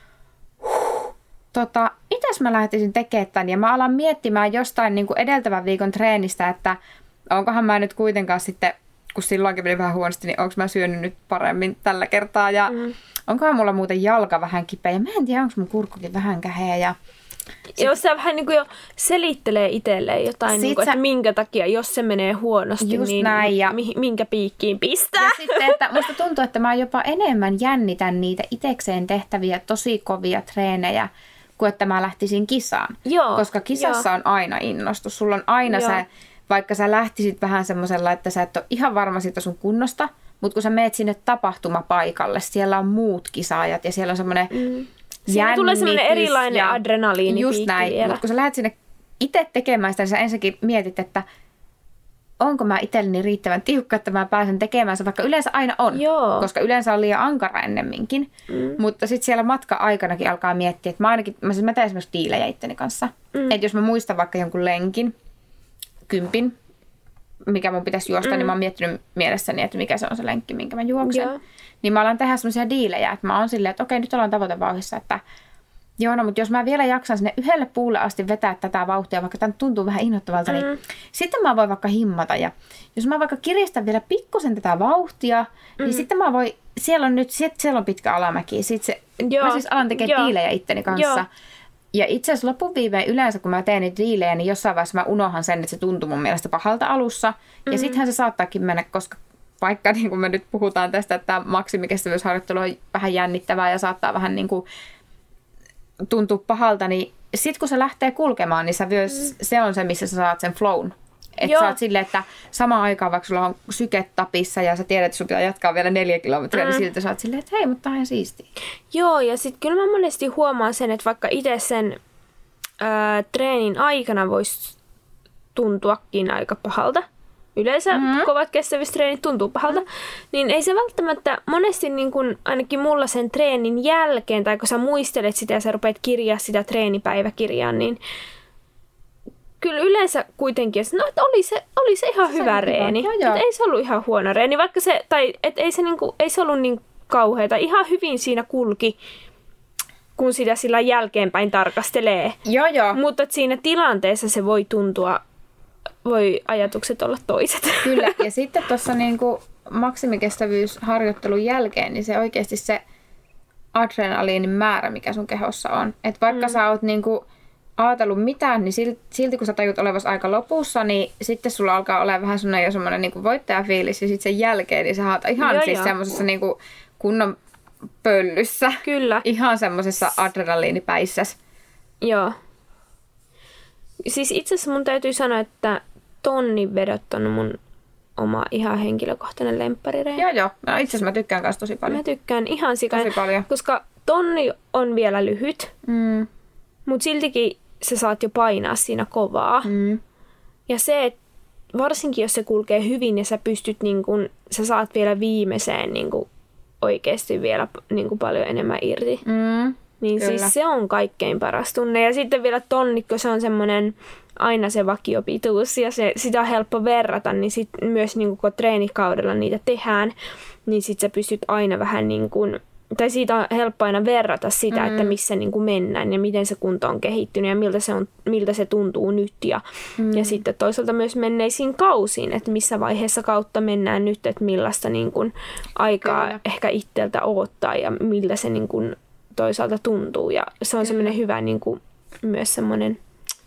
että mitäs mä lähtisin tekemään tämän? Ja mä alan miettimään jostain niin kuin edeltävän viikon treenistä, että onkohan mä nyt kuitenkaan sitten, kun silloinkin meni vähän huonosti, niin onko mä syönyt nyt paremmin tällä kertaa. Ja onkohan mulla muuten jalka vähän kipeä. Ja mä en tiedä, onko mun kurkkukin vähän käheä. Ja jos sä vähän niin kuin jo selittelee itselleen jotain, niin kuin, että minkä takia, jos se menee huonosti, niin näin, ja minkä piikkiin pistää. Ja sitten, että musta tuntuu, että mä jopa enemmän jännitän niitä itekseen tehtäviä tosi kovia treenejä, kuin että mä lähtisin kisaan. Koska kisassa on aina innostus. Sulla on aina se, vaikka sä lähtisit vähän semmoisella, että sä et ole ihan varma siitä sun kunnosta, mutta kun sä meet sinne tapahtumapaikalle, siellä on muut kisaajat ja siellä on semmoinen siinä tulee semmoinen erilainen adrenaliinipiikki. Just näin, mutta kun sä lähdet sinne itse tekemään sitä, niin sä ensinnäkin mietit, että onko mä itselleni riittävän tiukka, että mä pääsen tekemään se, vaikka yleensä aina on. Koska yleensä on liian ankara ennemminkin. Mutta sitten siellä matka-aikanakin alkaa miettiä, että mä teen esimerkiksi diilejä itteni kanssa. Että jos mä muistan vaikka jonkun lenkin, 10, mikä mun pitäisi juosta, niin mä oon miettinyt mielessäni, että mikä se on se lenkki, minkä mä juoksen. Niin mä alan tehdä semmoisia diilejä, että mä oon silleen, että okei, nyt ollaan tavoitevauhdissa, että joo, no, mutta jos mä vielä jaksan sinne yhdelle puulle asti vetää tätä vauhtia, vaikka tämä tuntuu vähän innoittavalta, niin sitten mä voin vaikka himmata. Ja jos mä vaikka kiristän vielä pikkusen tätä vauhtia, niin sitten mä voin, siellä on pitkä alamäki. Mä siis alan tekemään diilejä itteni kanssa. Ja itse asiassa loppuviiveen yleensä, kun mä teen niitä diilejä, niin jossain vaiheessa mä unohan sen, että se tuntuu mun mielestä pahalta alussa. Ja sittenhän se saattaakin mennä, koska vaikka niin kuin me nyt puhutaan tästä, että tämä maksimikestävyysharjoittelu on vähän jännittävää ja saattaa vähän niin kuin tuntuu pahalta, niin sitten kun se lähtee kulkemaan, niin se on se, missä sä saat sen flown. Että sä oot silleen, että samaan aikaan, vaikka sulla on syke tapissa ja sä tiedät, että sun pitää jatkaa vielä 4 kilometriä, niin silti sä oot silleen, että hei, mutta tää on ihan siistiä. Joo, ja sitten kyllä mä monesti huomaan sen, että vaikka itse sen treenin aikana voisi tuntuakin aika pahalta. Yleensä kovat kestävyystreenit tuntuu pahalta, niin ei se välttämättä monesti niin kun, ainakin mulla sen treenin jälkeen, tai kun sä muistelet sitä ja sä rupeat kirjaa sitä treenipäiväkirjaa, niin kyllä yleensä kuitenkin, että oli se ihan hyvä reeni. Ei se ollut ihan huono reeni, vaikka se, tai ei se ollut niin kauheata. Ihan hyvin siinä kulki, kun sitä sillä jälkeenpäin tarkastelee. Joo. Mutta siinä tilanteessa se voi tuntua, voi ajatukset olla toiset. Kyllä, ja sitten tuossa niinku maksimikestävyysharjoittelun jälkeen, niin se oikeasti se adrenaliinin määrä, mikä sun kehossa on. Että vaikka sä oot niinku ajatellut mitään, niin silti kun sä tajut olevasi aika lopussa, niin sitten sulla alkaa olla vähän semmoinen niinku voittajafiilis, ja sitten sen jälkeen niin sä oot ihan siis semmoisessa niinku kunnon pöllyssä. Kyllä. Ihan semmoisessa adrenaliinipäissäs. Joo. Siis itse asiassa mun täytyy sanoa, että tonnin vedot on mun oma ihan henkilökohtainen lempparireeni. Joo. No, itse asiassa mä tykkään kanssa tosi paljon. Mä tykkään ihan sikana. Tosi paljon. Koska tonni on vielä lyhyt, mutta siltikin sä saat jo painaa siinä kovaa. Ja se, että varsinkin jos se kulkee hyvin ja sä pystyt, niin kun, sä saat vielä viimeiseen niin kun, oikeasti vielä niin kun, paljon enemmän irti. Niin kyllä. Siis se on kaikkein paras tunne. Ja sitten vielä tonnikko, se on semmoinen aina se vakiopituus ja sitä on helppo verrata, niin sit myös niin kun treenikaudella niitä tehdään, niin sit sä pystyt aina vähän niin kuin, tai siitä on helppo aina verrata sitä, että missä niin kuin mennään ja miten se kunto on kehittynyt ja miltä se tuntuu nyt. Ja sitten toisaalta myös menneisiin kausiin, että missä vaiheessa kautta mennään nyt, että millaista niin kuin aikaa kyllä. ehkä itseltä odottaa ja miltä se niin kuin toisaalta tuntuu. Ja se on semmoinen hyvä niin kuin, myös semmoinen,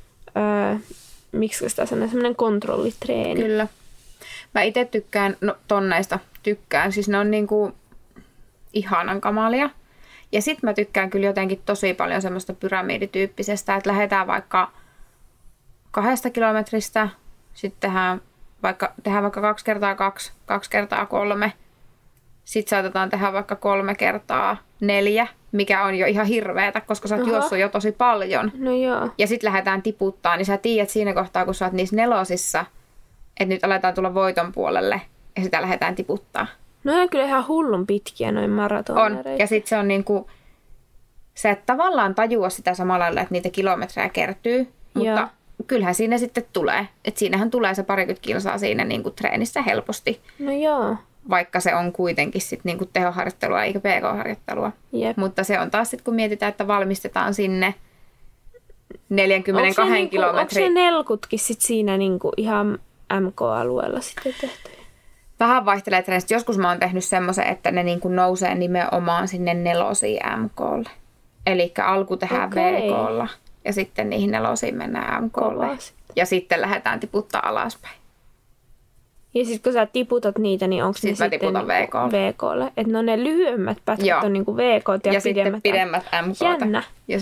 miksi sitä sanoo, semmoinen kontrollitreeni. Kyllä. Mä itse tykkään, tonneista tykkään, siis ne on niinku ihanan kamalia. Ja sit mä tykkään kyllä jotenkin tosi paljon semmoista pyramidityyppisestä, että lähdetään vaikka 2 kilometristä, sitten tehdään vaikka 2x2, 2x3, sitten saatetaan tehdä vaikka 3x4, mikä on jo ihan hirveetä, koska sä oot juossut jo tosi paljon. No joo. Ja sitten lähdetään tiputtaa, niin sä tiedät siinä kohtaa, kun sä oot niissä 4, että nyt aletaan tulla voiton puolelle ja sitä lähdetään tiputtaa. No on kyllä ihan hullun pitkiä noin maratonereita. On, ja sitten se on niinku, se että tavallaan tajua sitä samalla lailla, että niitä kilometrejä kertyy, mutta kyllähän siinä sitten tulee. Että siinähän tulee se 20 kilsaa siinä niinku treenissä helposti. No joo. Vaikka se on kuitenkin sitten niinku tehoharjoittelua eikä PK-harjoittelua. Jep. Mutta se on taas sitten, kun mietitään, että valmistetaan sinne 42 kilometrin. Onko se nelkutkin sitten siinä niinku ihan MK-alueella sitten tehty? Vähän vaihtelee treenistä. Joskus mä oon tehnyt semmoisen, että ne niinku nousee nimenomaan sinne 4 MK:lle. Eli alku tehdään VK:lla ja sitten niihin 4 mennään MK:lle. Ja sitten lähdetään tiputtaa alaspäin. Ja sitten kun sä tiputat niitä, niin onko ne sitten VK:lle? Että no ne lyhyemmät pätkät on niinku VK:t ja pidemmät MK:t. Jännä. Ja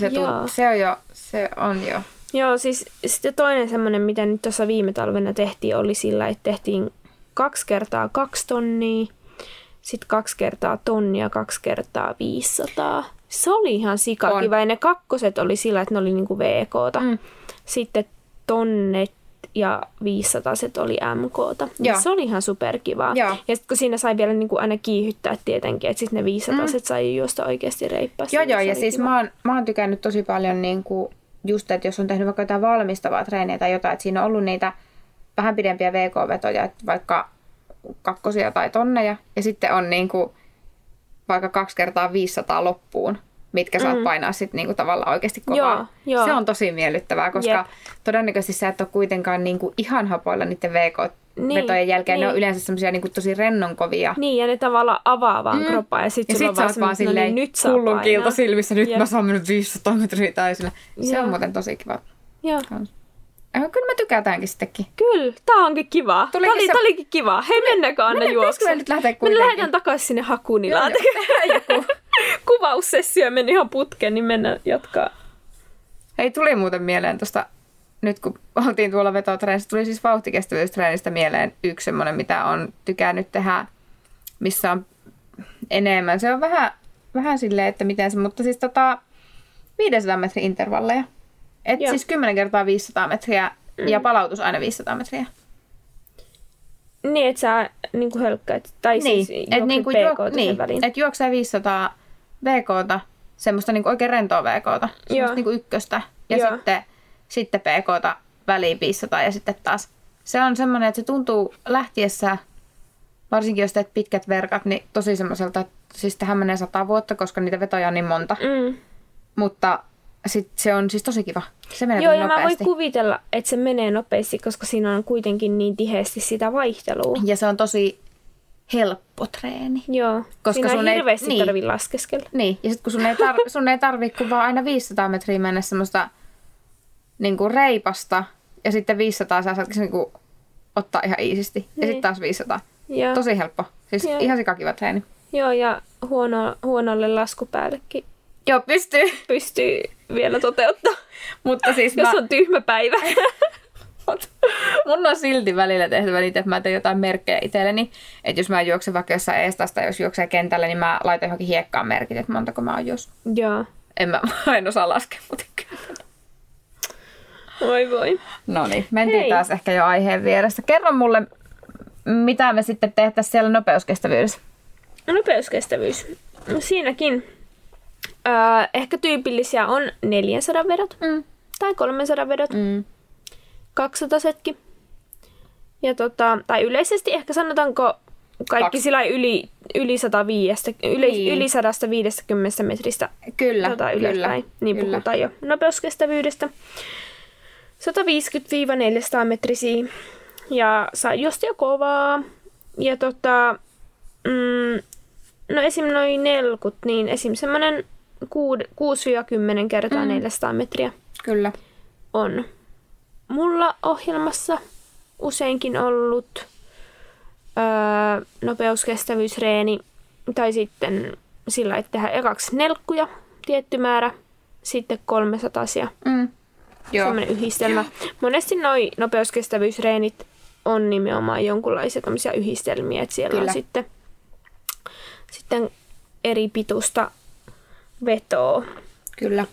se on jo. Joo, siis sitten toinen semmoinen, mitä nyt tuossa viime talvena tehtiin, oli sillä, että tehtiin 2 kertaa 2 tonnia, sitten 2 kertaa tonnia, 2 kertaa 500. Se oli ihan sikakiva. Ja ne kakkoset oli sillä, että ne oli niinku VK:ta. Sitten tonnet ja 500-set oli MK:ta. Se oli ihan superkivaa. Ja sitten kun siinä sai vielä niinku aina kiihyttää tietenkin, että sitten ne 500-set sai juosta oikeasti reippaasti. Joo, ja siis mä oon tykännyt tosi paljon niinku just, että jos on tehnyt vaikka jotain valmistavaa treeniä tai jotain, että siinä on ollut niitä vähän pidempiä VK-vetoja, että vaikka 2 tai tonneja, ja sitten on niinku vaikka 2 kertaa 500 loppuun, mitkä saat painaa sitten niinku tavallaan oikeasti kovaa. Joo. Se on tosi miellyttävää, koska todennäköisesti sä et ole kuitenkaan niinku ihan hapoilla niiden VK-vetojen jälkeen. Ne on yleensä semmoisia niinku tosi rennonkovia. Niin, ja ne tavallaan avaa vaan kroppaa, ja sitten sulla on vaan silleen, nyt saa hullun kiilto silmissä, nyt mä saan mennyt 500 metriä tai sillä. Se on muuten tosi kiva. Joo. Kyllä mä tykätäänkin sittenkin. Kyllä, tää onkin kivaa. Tää olikin kivaa. Hei, mennäänkö Anna juoksuun? Nyt lähteä kuitenkin. Me lähdetään takaisin sinne Hakunilaan. Joku kuvaussessio meni ihan putkeen, niin mennään jatkaa. Hei, tuli muuten mieleen tuosta, nyt kun oltiin tuolla vetotreenissä, tuli siis vauhtikestävyystreenistä mieleen yksi semmoinen, mitä on tykännyt tehdä, missä on enemmän. Se on vähän silleen, että miten se, mutta siis 500 metrin intervalleja. Että siis 10 kertaa 500 metriä ja palautus aina 500 metriä. Niin, että sä niinku hölkkäät. Tai niin, siis juokset niinku VK:ta sen väliin. Että juoksee 500 VK:ta, semmoista niinku oikein rentoa VK:ta, semmoista niinku ykköstä. Ja sitten PK:ta väliin 500 ja sitten taas. Se on semmoinen, että se tuntuu lähtiessä, varsinkin jos teet pitkät verkat, niin tosi semmoiselta, että siis tähän menee 100 vuotta, koska niitä vetoja on niin monta. Mutta sitten se on siis tosi kiva. Se menee nopeasti. Mä voin kuvitella, että se menee nopeasti, koska siinä on kuitenkin niin tiheästi sitä vaihtelua. Ja se on tosi helppo treeni. Joo, koska siinä sun hirveästi tarvii laskeskella. Niin, ja sitten kun sun ei tarvii kun vaan aina 500 metriä mennä semmoista niinku reipasta, ja sitten 500 saa niinku ottaa ihan iisisti. Niin. Ja sitten taas 500. Joo. Tosi helppo. Siis ihan sikakiva treeni. Joo, ja huonolle laskupäällekin. Joo, pystyy vielä toteuttaa. Mutta siis jos on tyhmä päivä. Mun on silti välillä tehtävä niitä, että mä teen jotain merkkejä itselleni. Että jos mä juoksen vaikka jossain eestasta tai jos juoksee kentällä, niin mä laitan johonkin hiekkaan merkit, että montako mä oon juossut. Joo. En osaa laskea, mutta kyllä. Voi. No niin, mentiin taas ehkä jo aiheen vierestä. Kerro mulle, mitä me sitten tehtäisiin siellä nopeuskestävyydessä? Nopeuskestävyys. No siinäkin ehkä tyypillisiä on 400 vedot tai 300 vedot. 200-setkin. Ja tai yleisesti ehkä sanotaanko kaikki sillä yli 150 metristä kyllä, ylöspäin. Niin kyllä. Puhutaan jo nopeuskestävyydestä. 150-400 metrisiä. Ja saa just jo kovaa. Ja no esim. Noin 40, niin esim. Semmoinen 6-10 kertaa 400 metriä. Kyllä. On mulla ohjelmassa useinkin ollut nopeuskestävyysreeni. Tai sitten sillä, että tehdään ekaksi nelkkuja, tietty määrä, sitten 300-sia. Sellainen yhdistelmä. Monesti noi nopeuskestävyysreenit on nimenomaan jonkunlaisia tämmöisiä yhdistelmiä, että siellä on sitten eri pituista vetoa. Kyllä.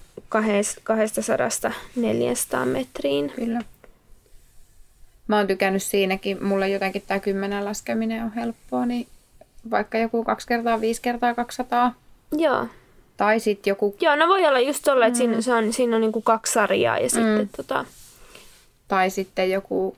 200-400 metriin. Kyllä. Mä oon tykännyt siinäkin, mulle jotenkin tää 10 laskeminen on helppoa, niin vaikka joku 2 kertaa 5 kertaa 200. Joo. Tai sit joku... Joo, no voi olla just tolle, että siinä on niinku 2 sarjaa ja sitten Tai sitten joku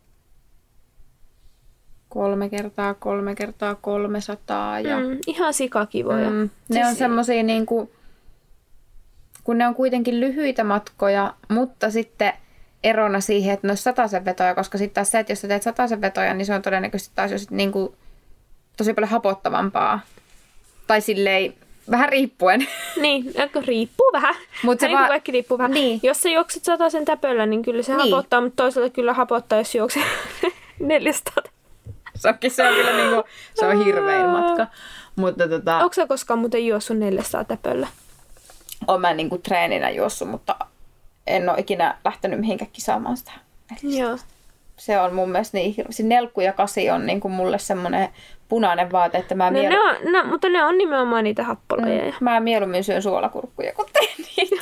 3 kertaa 3 kertaa 300 ja... ihan sikakivoja. Ne on semmosia niinku... Kun ne on kuitenkin lyhyitä matkoja, mutta sitten erona siihen, että ne on 100 vetoja, koska sitten taas se, että jos sä teet 100 vetoja, niin se on todennäköisesti taas jo sit niinku tosi paljon hapottavampaa. Tai silleen vähän riippuen. Niin, riippuu vähän. Mutta niin kaikki riippuu vähän. Niin. Jos sä juokset 100 täpöllä, niin kyllä se hapottaa, mutta toisaalta kyllä hapottaa, jos juokset 400. Se on kyllä niinku, se on hirvein matka. Mutta Onko sä koskaan muuten juossut 400 täpöllä? Olen mä niinku treeninä juossut, mutta en ole ikinä lähtenyt mihinkään kisaamaan sitä. Joo. Se on mun mielestä niin hirveästi. Nelkku ja kasi on niinku mulle semmoinen punainen vaate, että mä mutta ne on nimenomaan niitä happolajeja. Mä mieluummin syön suolakurkkuja, kun teen niitä.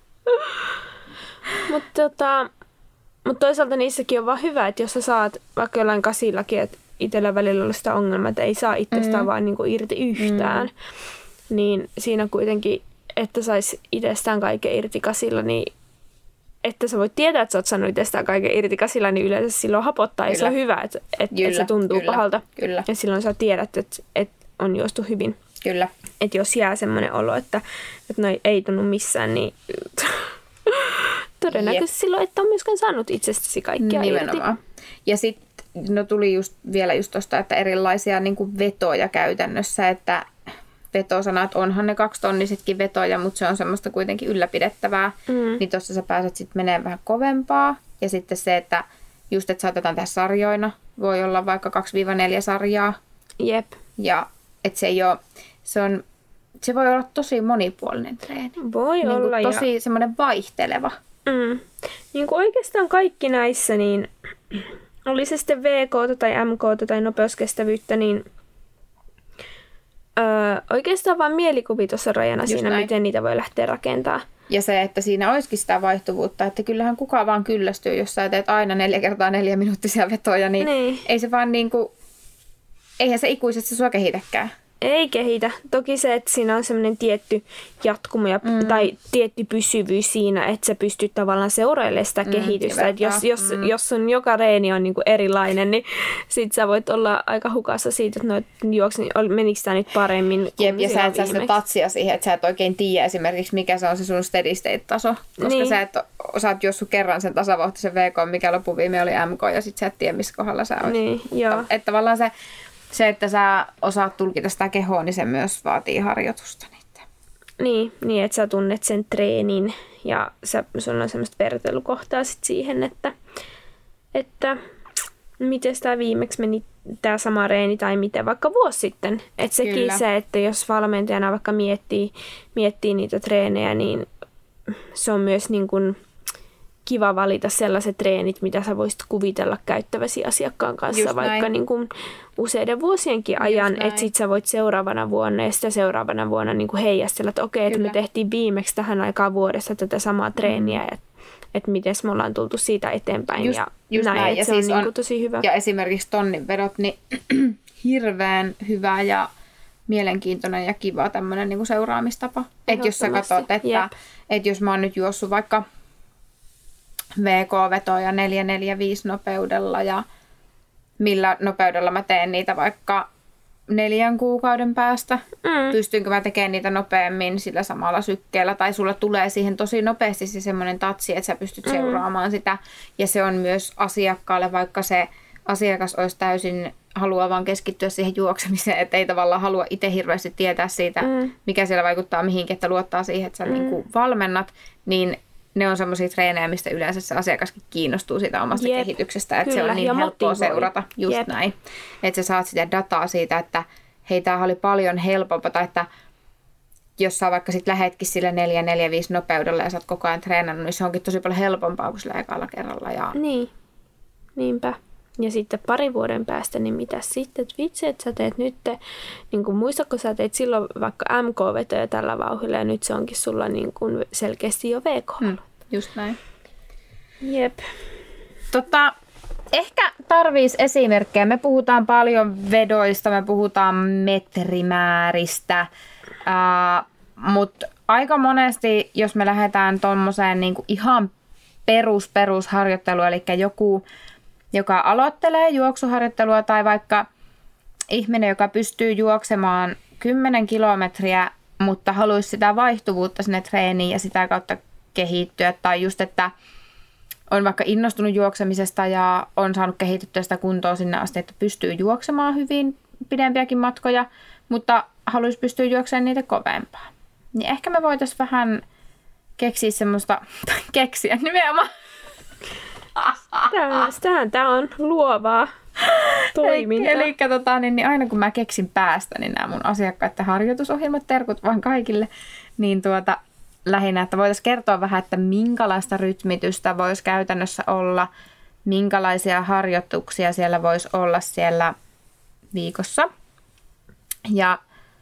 Mutta toisaalta niissäkin on vaan hyvä, että jos sä saat vaikka jollain kasillakin, että itsellä välillä on sitä ongelmaa, että ei saa itsestään vaan niinku irti yhtään, niin siinä kuitenkin, että sais itsestään kaiken irti kasilla, niin että sä voit tietää, että sä oot saanut itsestään kaiken irti kasilla, niin yleensä silloin hapottaa ja se on hyvä, että se tuntuu pahalta. Kyllä. Ja silloin sä tiedät, että on juostu hyvin. Kyllä. Että jos jää semmoinen olo, että noi ei tunnu missään, niin todennäköisesti silloin et ole myöskään saanut itsestäsi kaikkea nimenomaan irti. Ja sitten tuli vielä just tosta, että erilaisia niin kuin vetoja käytännössä, että vetosanat, onhan ne 2-tonnisetkin vetoja, mutta se on semmoista kuitenkin ylläpidettävää. Niin tuossa sä pääset sitten menemään vähän kovempaa. Ja sitten se, että just, että saatetaan tehdä sarjoina. Voi olla vaikka 2-4 sarjaa. Jep. Ja että se voi olla tosi monipuolinen treeni. Voi niin olla. Tosi semmoinen vaihteleva. Niin kuin oikeastaan kaikki näissä, niin oli se sitten VK tai MK tai nopeuskestävyyttä, niin oikeastaan vaan mielikuvi tuossa rajana just siinä, näin. Miten niitä voi lähteä rakentamaan. Ja se, että siinä olisikin sitä vaihtuvuutta, että kyllähän kukaan vaan kyllästyy, jos sä teet aina 4 kertaa 4 minuuttisia vetoja, niin ei se vaan niinku, eihän se ikuisesti sua kehitäkään. Ei kehitä. Toki se, että siinä on semmoinen tietty jatkumo tai tietty pysyvyys siinä, että sä pystyt tavallaan seurailemaan sitä kehitystä. Että jos sun joka reeni on niinku erilainen, niin sit sä voit olla aika hukassa siitä, että menikö tämä nyt paremmin. Jep, ja sä et saa sitä tatsia siihen, että sä et oikein tiedä esimerkiksi, mikä se on se sun steady state-taso. Koska sä oot juossut kerran sen tasavauhtisen VK, mikä lopuviime oli MK, ja sit sä et tiedä, missä kohdalla sä oot. Niin, joo. Että tavallaan se se, että sä osaat tulkita sitä kehoa, niin se myös vaatii harjoitusta. Niin, että sä tunnet sen treenin ja sulla on semmoista vertailukohtaa sit siihen, että miten tämä viimeksi meni tämä sama reeni tai miten vaikka vuosi sitten. Että sekin se, että jos valmentajana vaikka miettii niitä treenejä, niin se on myös niin kuin kiva valita sellaiset treenit, mitä sä voisit kuvitella käyttäväsi asiakkaan kanssa just vaikka niin kuin useiden vuosienkin ajan, että sit sä voit seuraavana vuonna ja sitä seuraavana vuonna niin kuin heijastella, että okei, että me tehtiin viimeksi tähän aikaan vuodessa tätä samaa treeniä, että miten me ollaan tultu siitä eteenpäin just näin. Ja se siis on niin kuin tosi hyvä. Ja esimerkiksi tonnin vedot, niin hirveän hyvä ja mielenkiintoinen ja kiva tämmöinen niin kuin seuraamistapa. Että jos sä katsot, että jos mä oon nyt juossut vaikka VK-vetoja 4-4-5 nopeudella ja millä nopeudella mä teen niitä vaikka 4 kuukauden päästä. Pystynkö mä tekemään niitä nopeammin sillä samalla sykkeellä tai sulla tulee siihen tosi nopeasti se semmoinen tatsi, että sä pystyt seuraamaan sitä ja se on myös asiakkaalle, vaikka se asiakas olisi täysin haluaa vaan keskittyä siihen juoksemiseen, että ei tavallaan halua itse hirveästi tietää siitä, mikä siellä vaikuttaa mihinkin, että luottaa siihen, että sä niin kuin valmennat, niin ne on semmoisia treenejä, mistä yleensä se asiakaskin kiinnostuu siitä omasta kehityksestä, että se on niin helppoa seurata. Just näin. Että sä saat sitä dataa siitä, että hei, tää oli paljon helpompaa, tai että jos sä vaikka sit lähetkin sillä 4-4-5 nopeudella ja sä oot koko ajan treenannut, niin se onkin tosi paljon helpompaa kuin sillä ekalla kerralla. Ja niin, niinpä. Ja sitten 2 vuoden päästä, niin mitä sitten? Että vitsi, että sä teet nyt, niin kuin muistatko sä teit silloin vaikka MK-vetoja tällä vauhdilla ja nyt se onkin sulla niin kuin selkeästi jo VK. Just näin. Jep. Ehkä tarvitsisi esimerkkejä. Me puhutaan paljon vedoista, me puhutaan metrimääristä, mutta aika monesti, jos me lähdetään tuommoiseen niin kuin ihan perusharjoitteluun, eli joku joka aloittelee juoksuharjoittelua tai vaikka ihminen, joka pystyy juoksemaan 10 kilometriä, mutta haluaisi sitä vaihtuvuutta sinne treeniin ja sitä kautta kehittyä. Tai just, että on vaikka innostunut juoksemisesta ja on saanut kehityttyä sitä kuntoa sinne asti, että pystyy juoksemaan hyvin pidempiäkin matkoja, mutta haluaisi pystyä juoksemaan niitä kovempaa. Niin ehkä me voitaisiin vähän keksiä nimenomaan. Tämä on luovaa toimintaa. Eli niin aina kun mä keksin päästä, niin nämä mun asiakkaiden harjoitusohjelmat, terkut vaan kaikille, niin lähinnä, että voitaisiin kertoa vähän, että minkälaista rytmitystä voisi käytännössä olla, minkälaisia harjoituksia siellä voisi olla siellä viikossa. Ja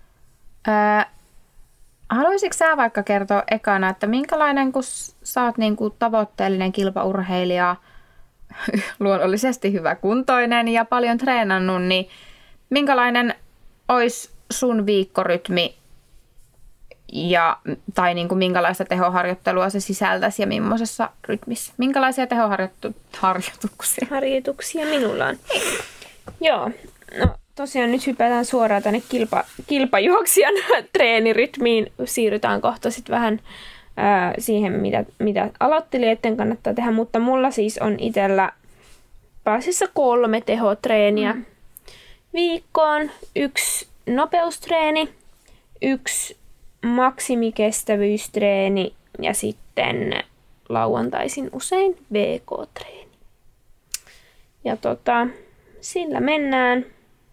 haluaisitko sä vaikka kertoa ekana, että minkälainen, kun sä oot niin kuin tavoitteellinen kilpaurheilija, luonnollisesti hyväkuntoinen ja paljon treenannut, niin minkälainen olisi sun viikkorytmi tai niin kuin minkälaista tehoharjoittelua se sisältäisi ja millaisessa rytmissä? Minkälaisia harjoituksia minulla on? Joo, no tosiaan nyt hypätään suoraan tänne kilpajuoksijan treenirytmiin. Siirrytään kohta sitten vähän siihen, mitä aloittelijoiden kannattaa tehdä, mutta mulla siis on itsellä pääasiassa 3 tehotreeniä viikkoon. 1 nopeustreeni, 1 maksimikestävyystreeni ja sitten lauantaisin usein VK-treeni. Ja sillä mennään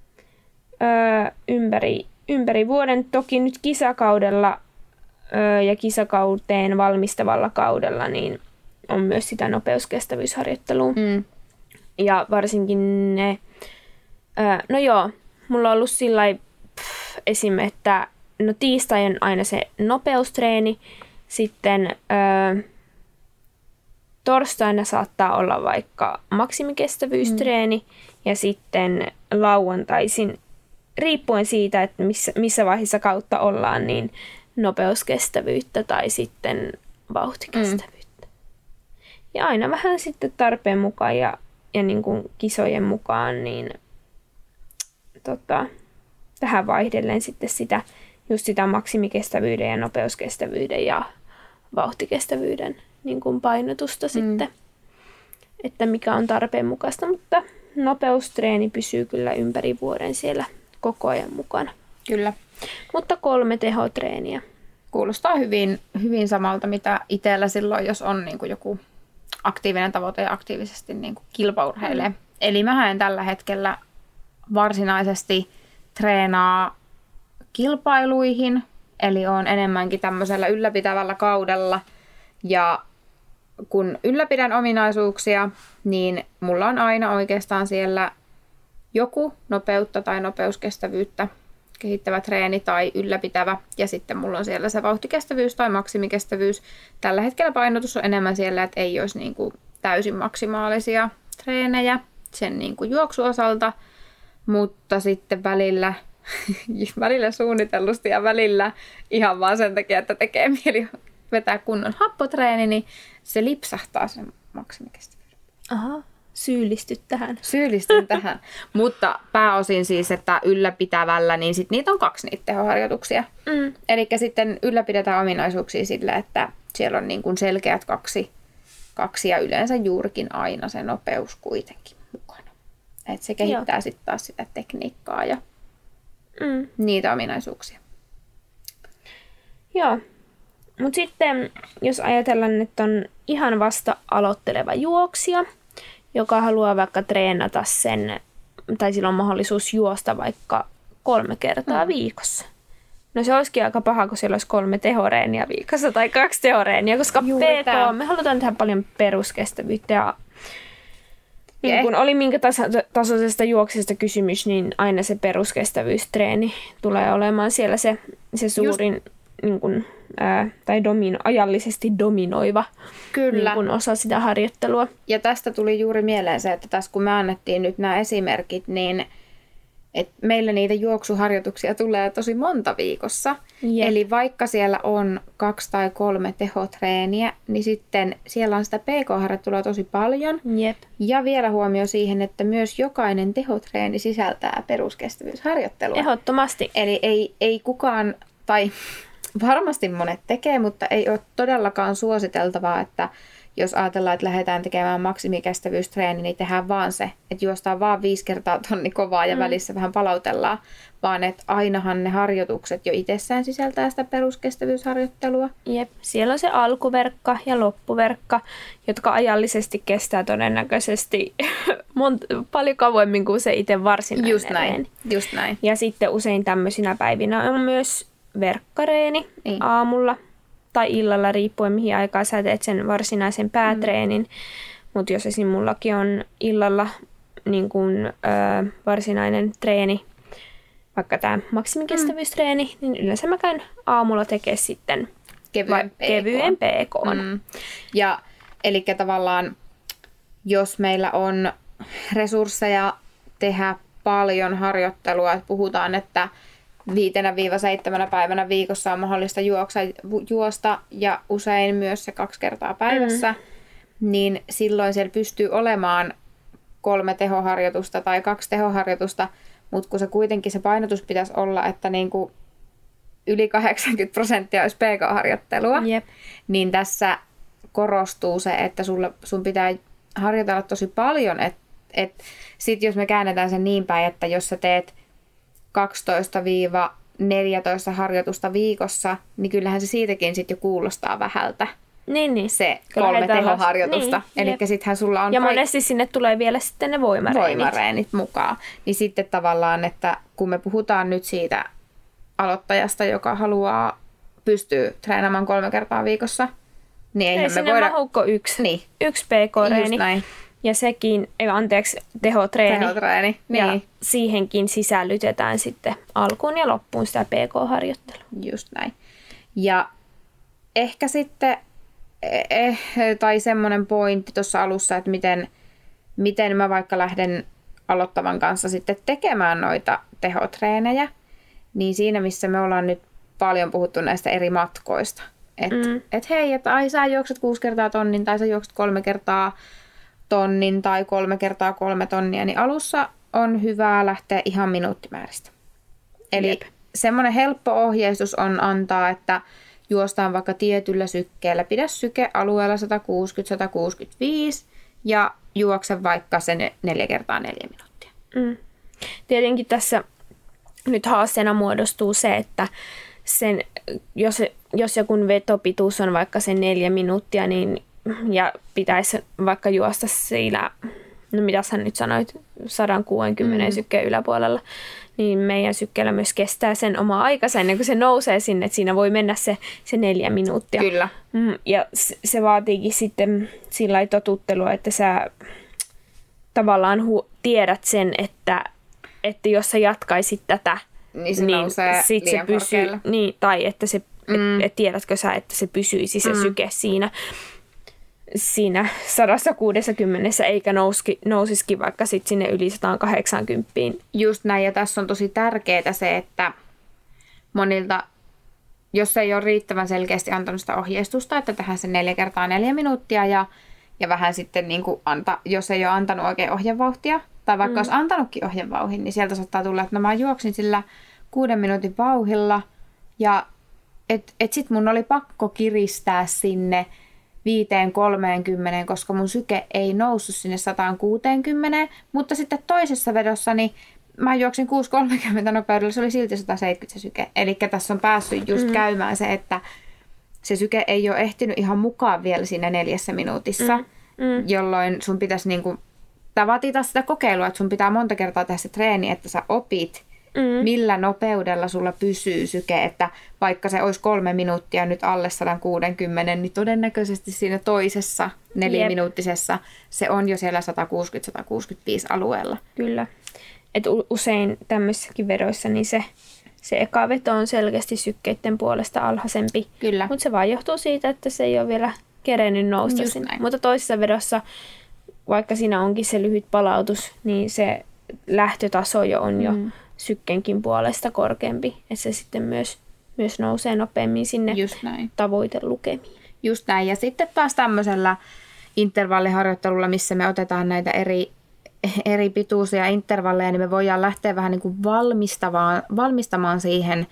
ympäri vuoden. Toki nyt kisakaudella ja kisakauteen valmistavalla kaudella niin on myös sitä nopeuskestävyysharjoittelua. Ja varsinkin ne, mulla on ollut sillai esim. Että tiistai on aina se nopeustreeni, sitten torstaina saattaa olla vaikka maksimikestävyystreeni ja sitten lauantaisin, riippuen siitä, että missä vaiheessa kautta ollaan, niin nopeuskestävyyttä tai sitten vauhtikestävyyttä. Ja aina vähän sitten tarpeen mukaan ja niin kuin kisojen mukaan, niin tähän vaihdellen sitten just sitä maksimikestävyyden ja nopeuskestävyyden ja vauhtikestävyyden niin kuin painotusta sitten, että mikä on tarpeen mukaista, mutta nopeustreeni pysyy kyllä ympäri vuoden siellä koko ajan mukana. Kyllä. Mutta 3 tehotreeniä. Kuulostaa hyvin, hyvin samalta, mitä itsellä silloin, jos on niin kuin joku aktiivinen tavoite ja aktiivisesti niin kuin kilpaurheilee. Eli mä en tällä hetkellä varsinaisesti treenaa kilpailuihin, eli on enemmänkin tämmöisellä ylläpitävällä kaudella. Ja kun ylläpidän ominaisuuksia, niin mulla on aina oikeastaan siellä joku nopeutta tai nopeuskestävyyttä kehittävä treeni tai ylläpitävä. Ja sitten mulla on siellä se vauhtikestävyys tai maksimikestävyys. Tällä hetkellä painotus on enemmän siellä, että ei olisi niin kuin täysin maksimaalisia treenejä sen niin kuin juoksuosalta, mutta sitten välillä suunnitellusti ja välillä ihan vaan sen takia, että tekee mieli vetää kunnon happotreeni, niin se lipsahtaa sen maksimikestävyyden. Aha, syyllistyt tähän. Syyllistyn tähän, mutta pääosin siis, että ylläpitävällä, niin sit niitä on 2 niitä tehoharjoituksia. Eli sitten ylläpidetään ominaisuuksia sillä, että siellä on niin kuin selkeät kaksi ja yleensä juurikin aina se nopeus kuitenkin mukana. Et se kehittää sitten taas sitä tekniikkaa ja niitä ominaisuuksia. Joo. Mutta sitten, jos ajatellaan, että on ihan vasta aloitteleva juoksija, joka haluaa vaikka treenata sen, tai sillä on mahdollisuus juosta vaikka 3 kertaa viikossa. No se olisikin aika paha, kun siellä olisi 3 tehoreeniä viikossa tai 2 tehoreeniä, koska me halutaan tehdä paljon peruskestävyyttä ja niin kun oli minkä tasoisesta juoksesta kysymys, niin aina se peruskestävyystreeni tulee olemaan siellä se suurin niin kun, tai ajallisesti dominoiva niin kun osa sitä harjoittelua. Ja tästä tuli juuri mieleen se, että tässä kun me annettiin nyt nämä esimerkit, niin että meillä niitä juoksuharjoituksia tulee tosi monta viikossa. Jep. Eli vaikka siellä on 2 tai 3 tehotreeniä, niin sitten siellä on sitä PK-harjoittelua tosi paljon. Jep. Ja vielä huomio siihen, että myös jokainen tehotreeni sisältää peruskestävyysharjoittelua. Ehdottomasti. Eli ei kukaan, tai varmasti monet tekee, mutta ei ole todellakaan suositeltavaa, että jos ajatellaan, että lähdetään tekemään maksimikestävyystreeni, niin tehdään vaan se, että juostaan vaan 5 kertaa tonni kovaa ja välissä vähän palautellaan, vaan että ainahan ne harjoitukset jo itsessään sisältää sitä peruskestävyysharjoittelua. Jep, siellä on se alkuverkka ja loppuverkka, jotka ajallisesti kestää todennäköisesti paljon kauemmin kuin se itse varsinainen reeni. Just näin. Ja sitten usein tämmöisinä päivinä on myös verkkareeni aamulla tai illalla, riippuen mihin aikaan sä teet sen varsinaisen päätreenin. Mutta jos esim. Mullakin on illalla niin kun, varsinainen treeni, vaikka tämä maksimikestävyystreeni, niin yleensä mä käyn aamulla tekemään sitten kevyen PK. Ja eli tavallaan, jos meillä on resursseja tehdä paljon harjoittelua, että puhutaan, että 5-7 päivänä viikossa on mahdollista juosta ja usein myös se 2 kertaa päivässä, niin silloin siellä pystyy olemaan 3 tehoharjoitusta tai 2 tehoharjoitusta, mutta kun se kuitenkin se painotus pitäisi olla, että niin kuin yli 80% olisi PK-harjoittelua, niin tässä korostuu se, että sun pitää harjoitella tosi paljon, että sit jos me käännetään sen niin päin, että jos sä teet 12-14 harjoitusta viikossa, niin kyllähän se siitäkin sitten jo kuulostaa vähältä. Niin. Se 3 tehoharjoitusta. Niin, eli sittenhän sulla on... Ja monesti sinne tulee vielä sitten ne voimareenit mukaan. Niin sitten tavallaan, että kun me puhutaan nyt siitä aloittajasta, joka haluaa pystyä treenaamaan 3 kertaa viikossa, niin eihän me voida... Ei yksi PK-reeni. Ja sekin, tehotreeni. Niin. Ja siihenkin sisällytetään sitten alkuun ja loppuun sitä PK-harjoittelua. Just näin. Ja ehkä sitten, tai semmoinen pointti tuossa alussa, että miten mä vaikka lähden aloittavan kanssa sitten tekemään noita tehotreenejä, niin siinä missä me ollaan nyt paljon puhuttu näistä eri matkoista. Että hei, että sä juokset 6 kertaa tonnin tai sä juokset 3 kertaa tonnin tai 3 kertaa 3 tonnia, niin alussa on hyvä lähteä ihan minuuttimääristä. Eli semmoinen helppo ohjeistus on antaa, että juostaan vaikka tietyllä sykkeellä. Pidä syke alueella 160-165 ja juokse vaikka sen 4 kertaa 4 minuuttia. Tietenkin tässä nyt haasteena muodostuu se, että jos joku vetopituus on vaikka sen 4 minuuttia, niin, ja pitäisi vaikka juosta siinä, no mitä sä nyt sanoit, 160 sykkeen yläpuolella, niin meidän sykkeellä myös kestää sen oma aikansa ennen kuin se nousee sinne, että siinä voi mennä se 4 minuuttia. Kyllä. Ja se vaatiikin sitten sillä lailla totuttelua, että sä tavallaan tiedät sen, että jos sä jatkaisit tätä, niin se nousee liian korkealle. Niin, tai että et tiedätkö sä, että se pysyisi se syke siinä 160, eikä nousisikin vaikka sit sinne yli 180. Just näin, ja tässä on tosi tärkeää se, että monilta, jos ei ole riittävän selkeästi antanut sitä ohjeistusta, että tehdään se 4 kertaa 4 minuuttia, ja vähän sitten niin kuin jos ei ole antanut oikein ohjevauhtia, tai vaikka olisi antanutkin ohjevauhin, niin sieltä saattaa tulla, että mä juoksin sillä 6 minuutin vauhilla, ja et sit mun oli pakko kiristää sinne 5-30, koska mun syke ei noussut sinne 160, mutta sitten toisessa vedossa niin mä juoksin 6.30 nopeudella, se oli silti 170 se syke. Eli tässä on päässyt just käymään se, että se syke ei ole ehtinyt ihan mukaan vielä siinä 4 minuutissa, jolloin sun pitäisi niinku vatita sitä kokeilua, että sun pitää monta kertaa tehdä se treeni, että sä opit, millä nopeudella sulla pysyy syke, että vaikka se olisi 3 minuuttia nyt alle 160, niin todennäköisesti siinä toisessa 4-minuuttisessa se on jo siellä 160-165 alueella. Kyllä. Et usein tämmöisissäkin vedoissa niin se eka veto on selkeästi sykkeiden puolesta alhaisempi. Kyllä. Mutta se vaan johtuu siitä, että se ei ole vielä kerennyt nousta sinne. Mutta toisessa vedossa, vaikka siinä onkin se lyhyt palautus, niin se lähtötaso jo on jo sykkeenkin puolesta korkeampi, että se sitten myös nousee nopeammin sinne tavoitelukemiin. Just näin. Ja sitten taas tämmöisellä intervalliharjoittelulla, missä me otetaan näitä eri pituisia intervalleja, niin me voidaan lähteä vähän niin kuin valmistamaan siihen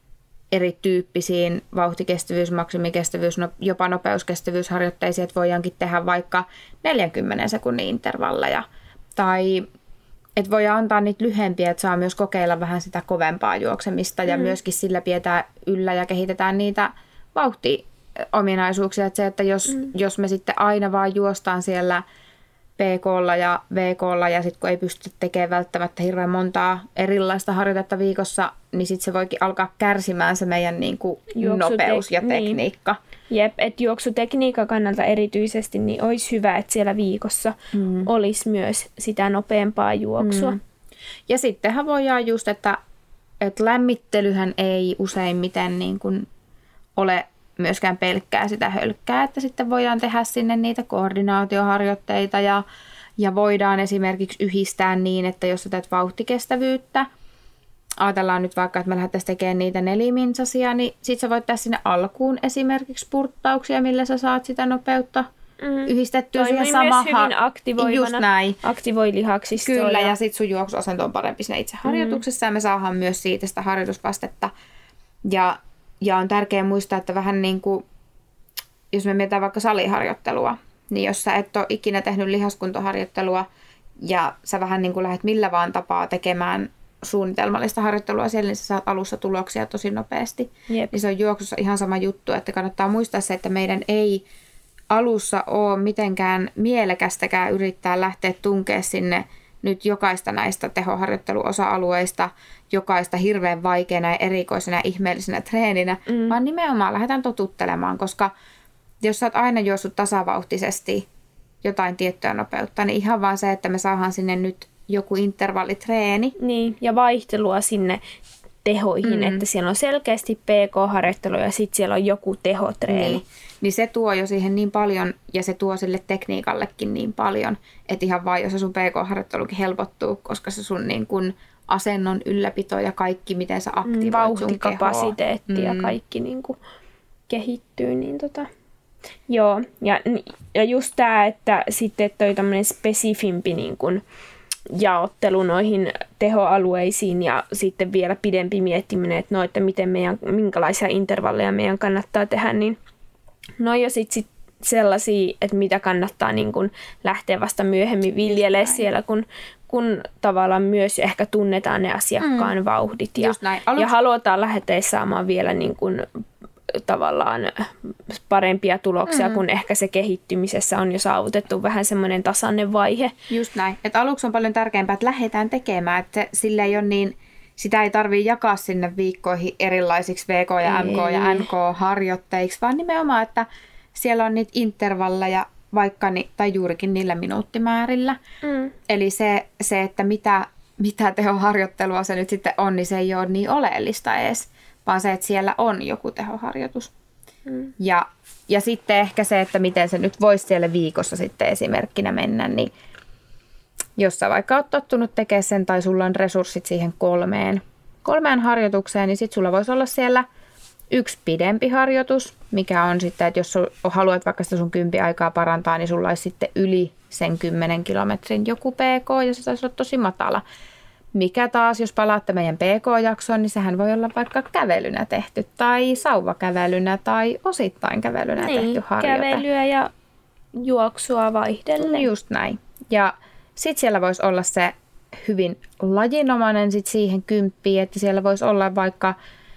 erityyppisiin vauhtikestävyys, maksimikestävyys, jopa nopeuskestävyysharjoitteisiin, että voidaankin tehdä vaikka 40 sekunnin intervalleja. Tai että voi antaa niitä lyhempiä, että saa myös kokeilla vähän sitä kovempaa juoksemista ja myöskin sillä pidetään yllä ja kehitetään niitä vauhtiominaisuuksia. Että se, että jos me sitten aina vaan juostaan siellä PK:lla ja VK:lla ja sitten kun ei pysty tekemään välttämättä hirveän montaa erilaista harjoitetta viikossa, niin sitten se voikin alkaa kärsimään se meidän niin kuin nopeus ja tekniikka. Jep, että juoksutekniikan kannalta erityisesti niin olisi hyvä, että siellä viikossa olisi myös sitä nopeampaa juoksua. Ja sittenhän voidaan just, että lämmittelyhän ei useimmiten niin kuin ole myöskään pelkkää sitä hölkkää, että sitten voidaan tehdä sinne niitä koordinaatioharjoitteita ja voidaan esimerkiksi yhdistää niin, että jos sä teet vauhtikestävyyttä, ajatellaan nyt vaikka, että me lähdettäisiin tekemään niitä 4-minsasia, niin sit sä voit tehdä sinne alkuun esimerkiksi spurttauksia, millä sä saat sitä nopeutta yhdistettyä siihen samaan. Toimii myös hyvin aktivoivana. Just näin. Aktivoi lihaksistoa. Kyllä, ja sit sun juoksuasento on parempi siinä itse harjoituksessa, ja me saadaan myös siitä sitä harjoitusvastetta. Ja on tärkeää muistaa, että vähän niin kuin, jos me mietitään vaikka saliharjoittelua, niin jos sä et ole ikinä tehnyt lihaskuntoharjoittelua, ja sä vähän niin kuin lähdet millä vaan tapaa tekemään suunnitelmallista harjoittelua siellä, niin sä saat alussa tuloksia tosi nopeasti. Jep. Niin se on juoksussa ihan sama juttu, että kannattaa muistaa se, että meidän ei alussa ole mitenkään mielekästäkään yrittää lähteä tunkemaan sinne nyt jokaista näistä tehoharjoitteluosa-alueista, jokaista hirveän vaikeana ja erikoisena ja ihmeellisenä treeninä, vaan nimenomaan lähdetään totuttelemaan, koska jos sä oot aina juossut tasavauhtisesti jotain tiettyä nopeutta, niin ihan vaan se, että me saadaan sinne nyt joku intervallitreeni. Niin, ja vaihtelua sinne tehoihin, että siellä on selkeästi PK-harjoittelu ja sitten siellä on joku tehotreeni. Niin se tuo jo siihen niin paljon ja se tuo sille tekniikallekin niin paljon, että ihan vaan jos se sun PK-harjoittelukin helpottuu, koska se sun niin kun asennon ylläpito ja kaikki, miten sä aktivoit sun kehoa. Vauhtikapasiteetti ja kaikki niin kuin kehittyy. Niin Joo, ja just tämä, että sitten toi tämmöinen spesifimpi niin kuin jaottelu noihin tehoalueisiin ja sitten vielä pidempi miettiminen, että minkälaisia intervalleja meidän kannattaa tehdä, niin no ja sitten sellaisia, että mitä kannattaa niin kuin lähteä vasta myöhemmin viljelemään siellä, kun tavallaan myös ehkä tunnetaan ne asiakkaan vauhdit ja halutaan lähteä saamaan vielä niin kuin tavallaan parempia tuloksia, kun ehkä se kehittymisessä on jo saavutettu vähän semmoinen tasainen vaihe. Just näin. Että aluksi on paljon tärkeämpää, että lähdetään tekemään, että sillä ei ole niin, sitä ei tarvitse jakaa sinne viikkoihin erilaisiksi VK ja MK ja NK-harjoitteiksi, vaan nimenomaan, että siellä on niitä intervalleja vaikka tai juurikin niillä minuuttimäärillä. Eli se että mitä tehoharjoittelua se nyt sitten on, niin se ei ole niin oleellista edes, vaan se, että siellä on joku tehoharjoitus. Ja sitten ehkä se, että miten se nyt voisi siellä viikossa sitten esimerkkinä mennä, niin jos sä vaikka oot tottunut tekemään sen tai sulla on resurssit siihen kolmeen harjoitukseen, niin sitten sulla voisi olla siellä yksi pidempi harjoitus, mikä on sitten, että jos haluat vaikka sitä sun 10 aikaa parantaa, niin sulla olisi sitten yli sen 10 kilometrin joku PK ja se taisi olla tosi matala. Mikä taas, jos palaatte meidän PK-jaksoon, niin sehän voi olla vaikka kävelynä tehty tai sauvakävelynä tai osittain kävelynä tehty harjoite. Kävelyä ja juoksua vaihdellen. Just näin. Ja sitten siellä voisi olla se hyvin lajinomainen sit siihen 10, että siellä voisi olla vaikka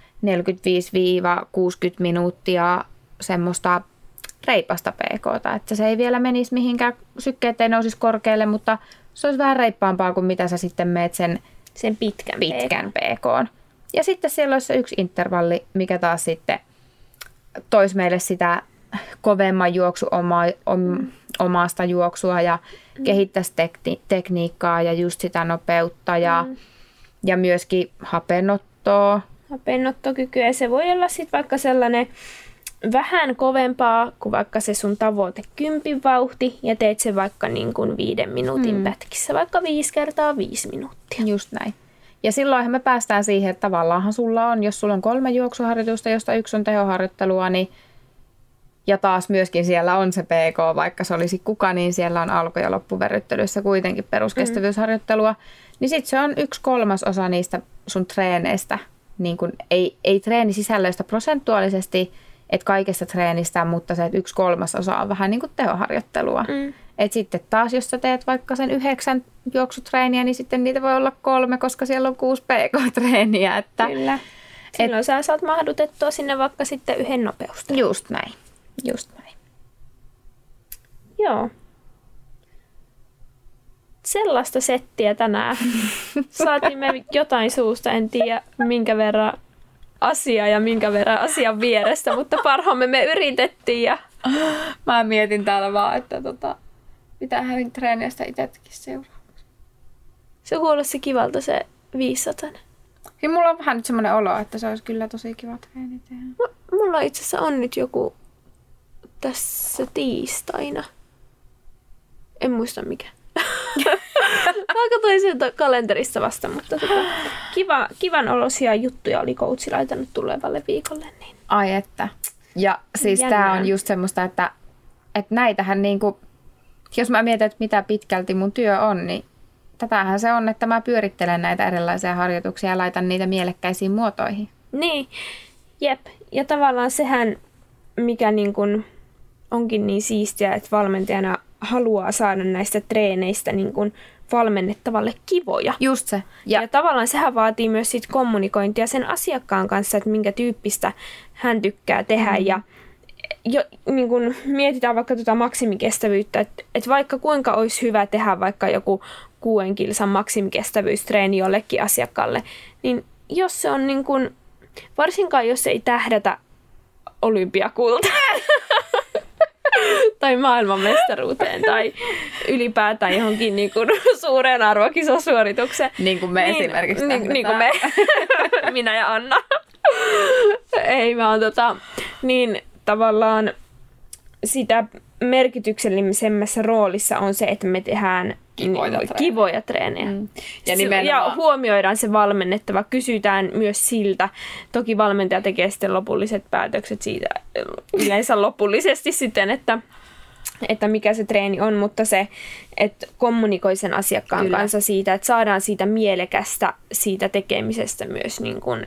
45-60 minuuttia semmoista reipasta PK:ta, että se ei vielä menisi mihinkään, sykkeet ei nousisi korkealle, mutta se olisi vähän reippaampaa kuin mitä sä sitten meet sen pitkän PK:n. Ja sitten siellä olisi se yksi intervalli, mikä taas sitten toisi meille sitä kovemman omasta juoksua ja kehittäisi tekniikkaa ja just sitä nopeutta ja myöskin hapenottoa. Hapenottokykyä. Se voi olla sitten vaikka sellainen vähän kovempaa kuin vaikka se sun tavoite 10 vauhti ja teet sen vaikka niin kuin 5 minuutin pätkissä, vaikka 5 kertaa 5 minuuttia. Just näin. Ja silloinhan me päästään siihen, että tavallaanhan sulla on, jos sulla on 3 juoksuharjoitusta, josta 1 on tehoharjoittelua, niin ja taas myöskin siellä on se PK, vaikka se olisi kuka, niin siellä on alku- ja loppuverryttelyssä kuitenkin peruskestävyysharjoittelua. Niin sitten se on 1/3 niistä sun treeneistä. Niin kun ei treenisisällöistä prosentuaalisesti, että kaikesta treenistä, mutta se, että 1/3 on vähän niin kuin tehoharjoittelua. Et sitten taas, jos sä teet vaikka sen 9 juoksutreeniä, niin sitten niitä voi olla 3, koska siellä on 6 PK-treeniä. Että kyllä. Silloin sä saat mahdutettua sinne vaikka sitten 1 nopeusta. Just näin. Joo. Sellaista settiä tänään. Saatiin me jotain suusta, en tiedä minkä verran asiaa ja minkä verran asian vierestä, mutta parhaamme me yritettiin. Ja mä mietin täällä vaan, että pitäähän treeniästä itsekin seuraavaksi. Se kuulosti kivalta se 500. Ja mulla on vähän nyt semmoinen olo, että se olisi kyllä tosi kiva treeni tehdä. Mulla itse asiassa on nyt joku tässä tiistaina. En muista mikä. Mä katsoin sieltä kalenterista vasta, mutta kivan olosia juttuja oli coachi laitanut tulevalle viikolle. Niin. Ai että. Ja siis tää on just semmoista, että näitähän niinku, jos mä mietin, että mitä pitkälti mun työ on, niin tätähän se on, että mä pyörittelen näitä erilaisia harjoituksia ja laitan niitä mielekkäisiin muotoihin. Niin, jep. Ja tavallaan sehän, mikä niin kun onkin niin siistiä, että valmentajana haluaa saada näistä treeneistä niin kun valmennettavalle kivoja. Just se. Ja tavallaan sehän vaatii myös sit kommunikointia sen asiakkaan kanssa, että minkä tyyppistä hän tykkää tehdä. Ja niin kun mietitään vaikka maksimikestävyyttä, että vaikka kuinka olisi hyvä tehdä vaikka joku 6 kilsan maksimikestävyystreeni jollekin asiakkaalle, niin jos se on niin kun, varsinkaan jos ei tähdätä olympiakultaan tai maailmanmestaruuteen tai ylipäätään johonkin niin kuin suureen arvokisasuoritukseen. Niin kuin me esimerkiksi niin kuin me, minä ja Anna. Ei vaan niin tavallaan sitä merkityksellisemmässä roolissa on se, että me tehdään kivoja treenejä. Ja huomioidaan se valmennettava. Kysytään myös siltä. Toki valmentaja tekee sitten lopulliset päätökset siitä yleensä lopullisesti sitten, että mikä se treeni on, mutta se, että kommunikoi sen asiakkaan kanssa siitä, että saadaan siitä mielekästä siitä tekemisestä myös, niin kuin, että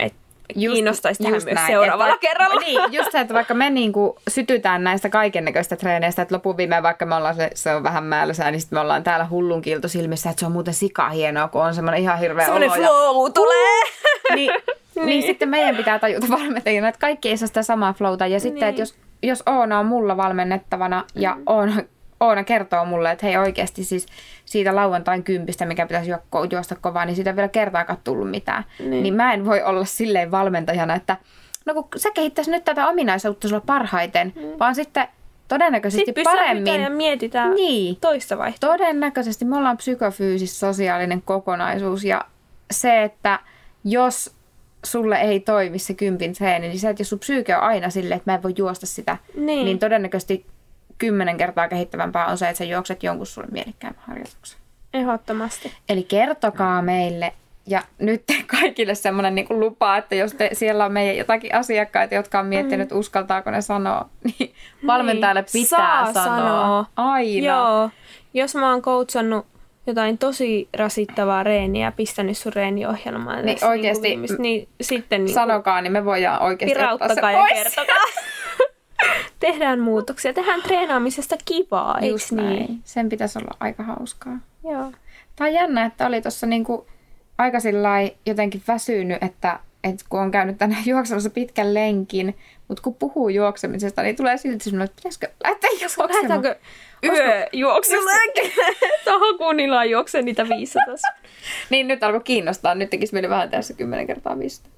kiinnostaisi tehdä myös seuraavalla kerralla. Niin, just se, että vaikka me niinku sytytään näistä kaikennäköistä treeneistä, että lopun viimeen vaikka me ollaan se on vähän määläsää, niin sitten me ollaan täällä hullun kilto silmissä, että se on muuten sika hienoa, kun on semmoinen ihan hirveä olo. Semmoinen flow tulee! Niin sitten meidän pitää tajuta valmentajina, että kaikki ei saa sitä samaa flowta. Ja sitten, että jos Oona on mulla valmennettavana ja Oona kertoo mulle, että hei oikeasti siis siitä lauantain 10, mikä pitäisi juosta kovaa, niin siitä ei vielä kertaakaan tullut mitään. Niin mä en voi olla silleen valmentajana, että no kun sä kehittäisi nyt tätä ominaisuutta sulla parhaiten, vaan sitten todennäköisesti sitten paremmin. Ja mietitään toista vaihtoehtoa. Todennäköisesti me ollaan psykofyysis-sosiaalinen kokonaisuus ja se, että jos sulle ei toimi se 10 treeni, niin se, että jos sun psyyke on aina silleen, että mä en voi juosta sitä, niin todennäköisesti 10 kertaa kehittävämpää on se, että sä juokset jonkun sulle mielekkäämmän harjoituksen. Ehdottomasti. Eli kertokaa meille, ja nyt kaikille semmoinen niin kuin lupa, että jos siellä on meidän jotakin asiakkaita, jotka on miettinyt, uskaltaako ne sanoa, niin valmentajalle pitää sanoa. Aina. Joo. Jos mä oon coachannut jotain tosi rasittavaa reeniä ja pistänyt sun reeniohjelmaan. Niin oikeasti, niin sitten sanokaa, niin me voidaan oikeasti ottaa se ja kertokaa. Tehdään muutoksia. Tehdään treenaamisesta kivaa, eikö niin? Sen pitäisi olla aika hauskaa. Joo. Tämä on jännä, että oli tuossa niinku aika jotenkin väsynyt, että kun on käynyt tänään juoksemassa pitkän lenkin, mutta kun puhuu juoksemisesta, niin tulee silti semmoinen, että pitäisikö lähteä juoksemaan? Lähdetäänkö yöjuoksemaan? Tuohon kuunnillaan juoksee niitä 500. Niin nyt alkoi kiinnostaa. Nyt tekisi meille vähän tässä 10 kertaa 500.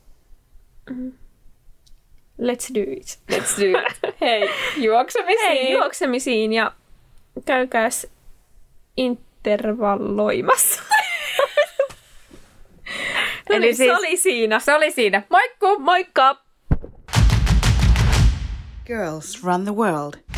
Let's do it. Let's do it. Hei, juoksemisiin. Hei, juoksemisiin ja käykääs intervalloimassa. Eli siis, se oli siinä. Se oli siinä. Moikku! Moikka! Girls run the world.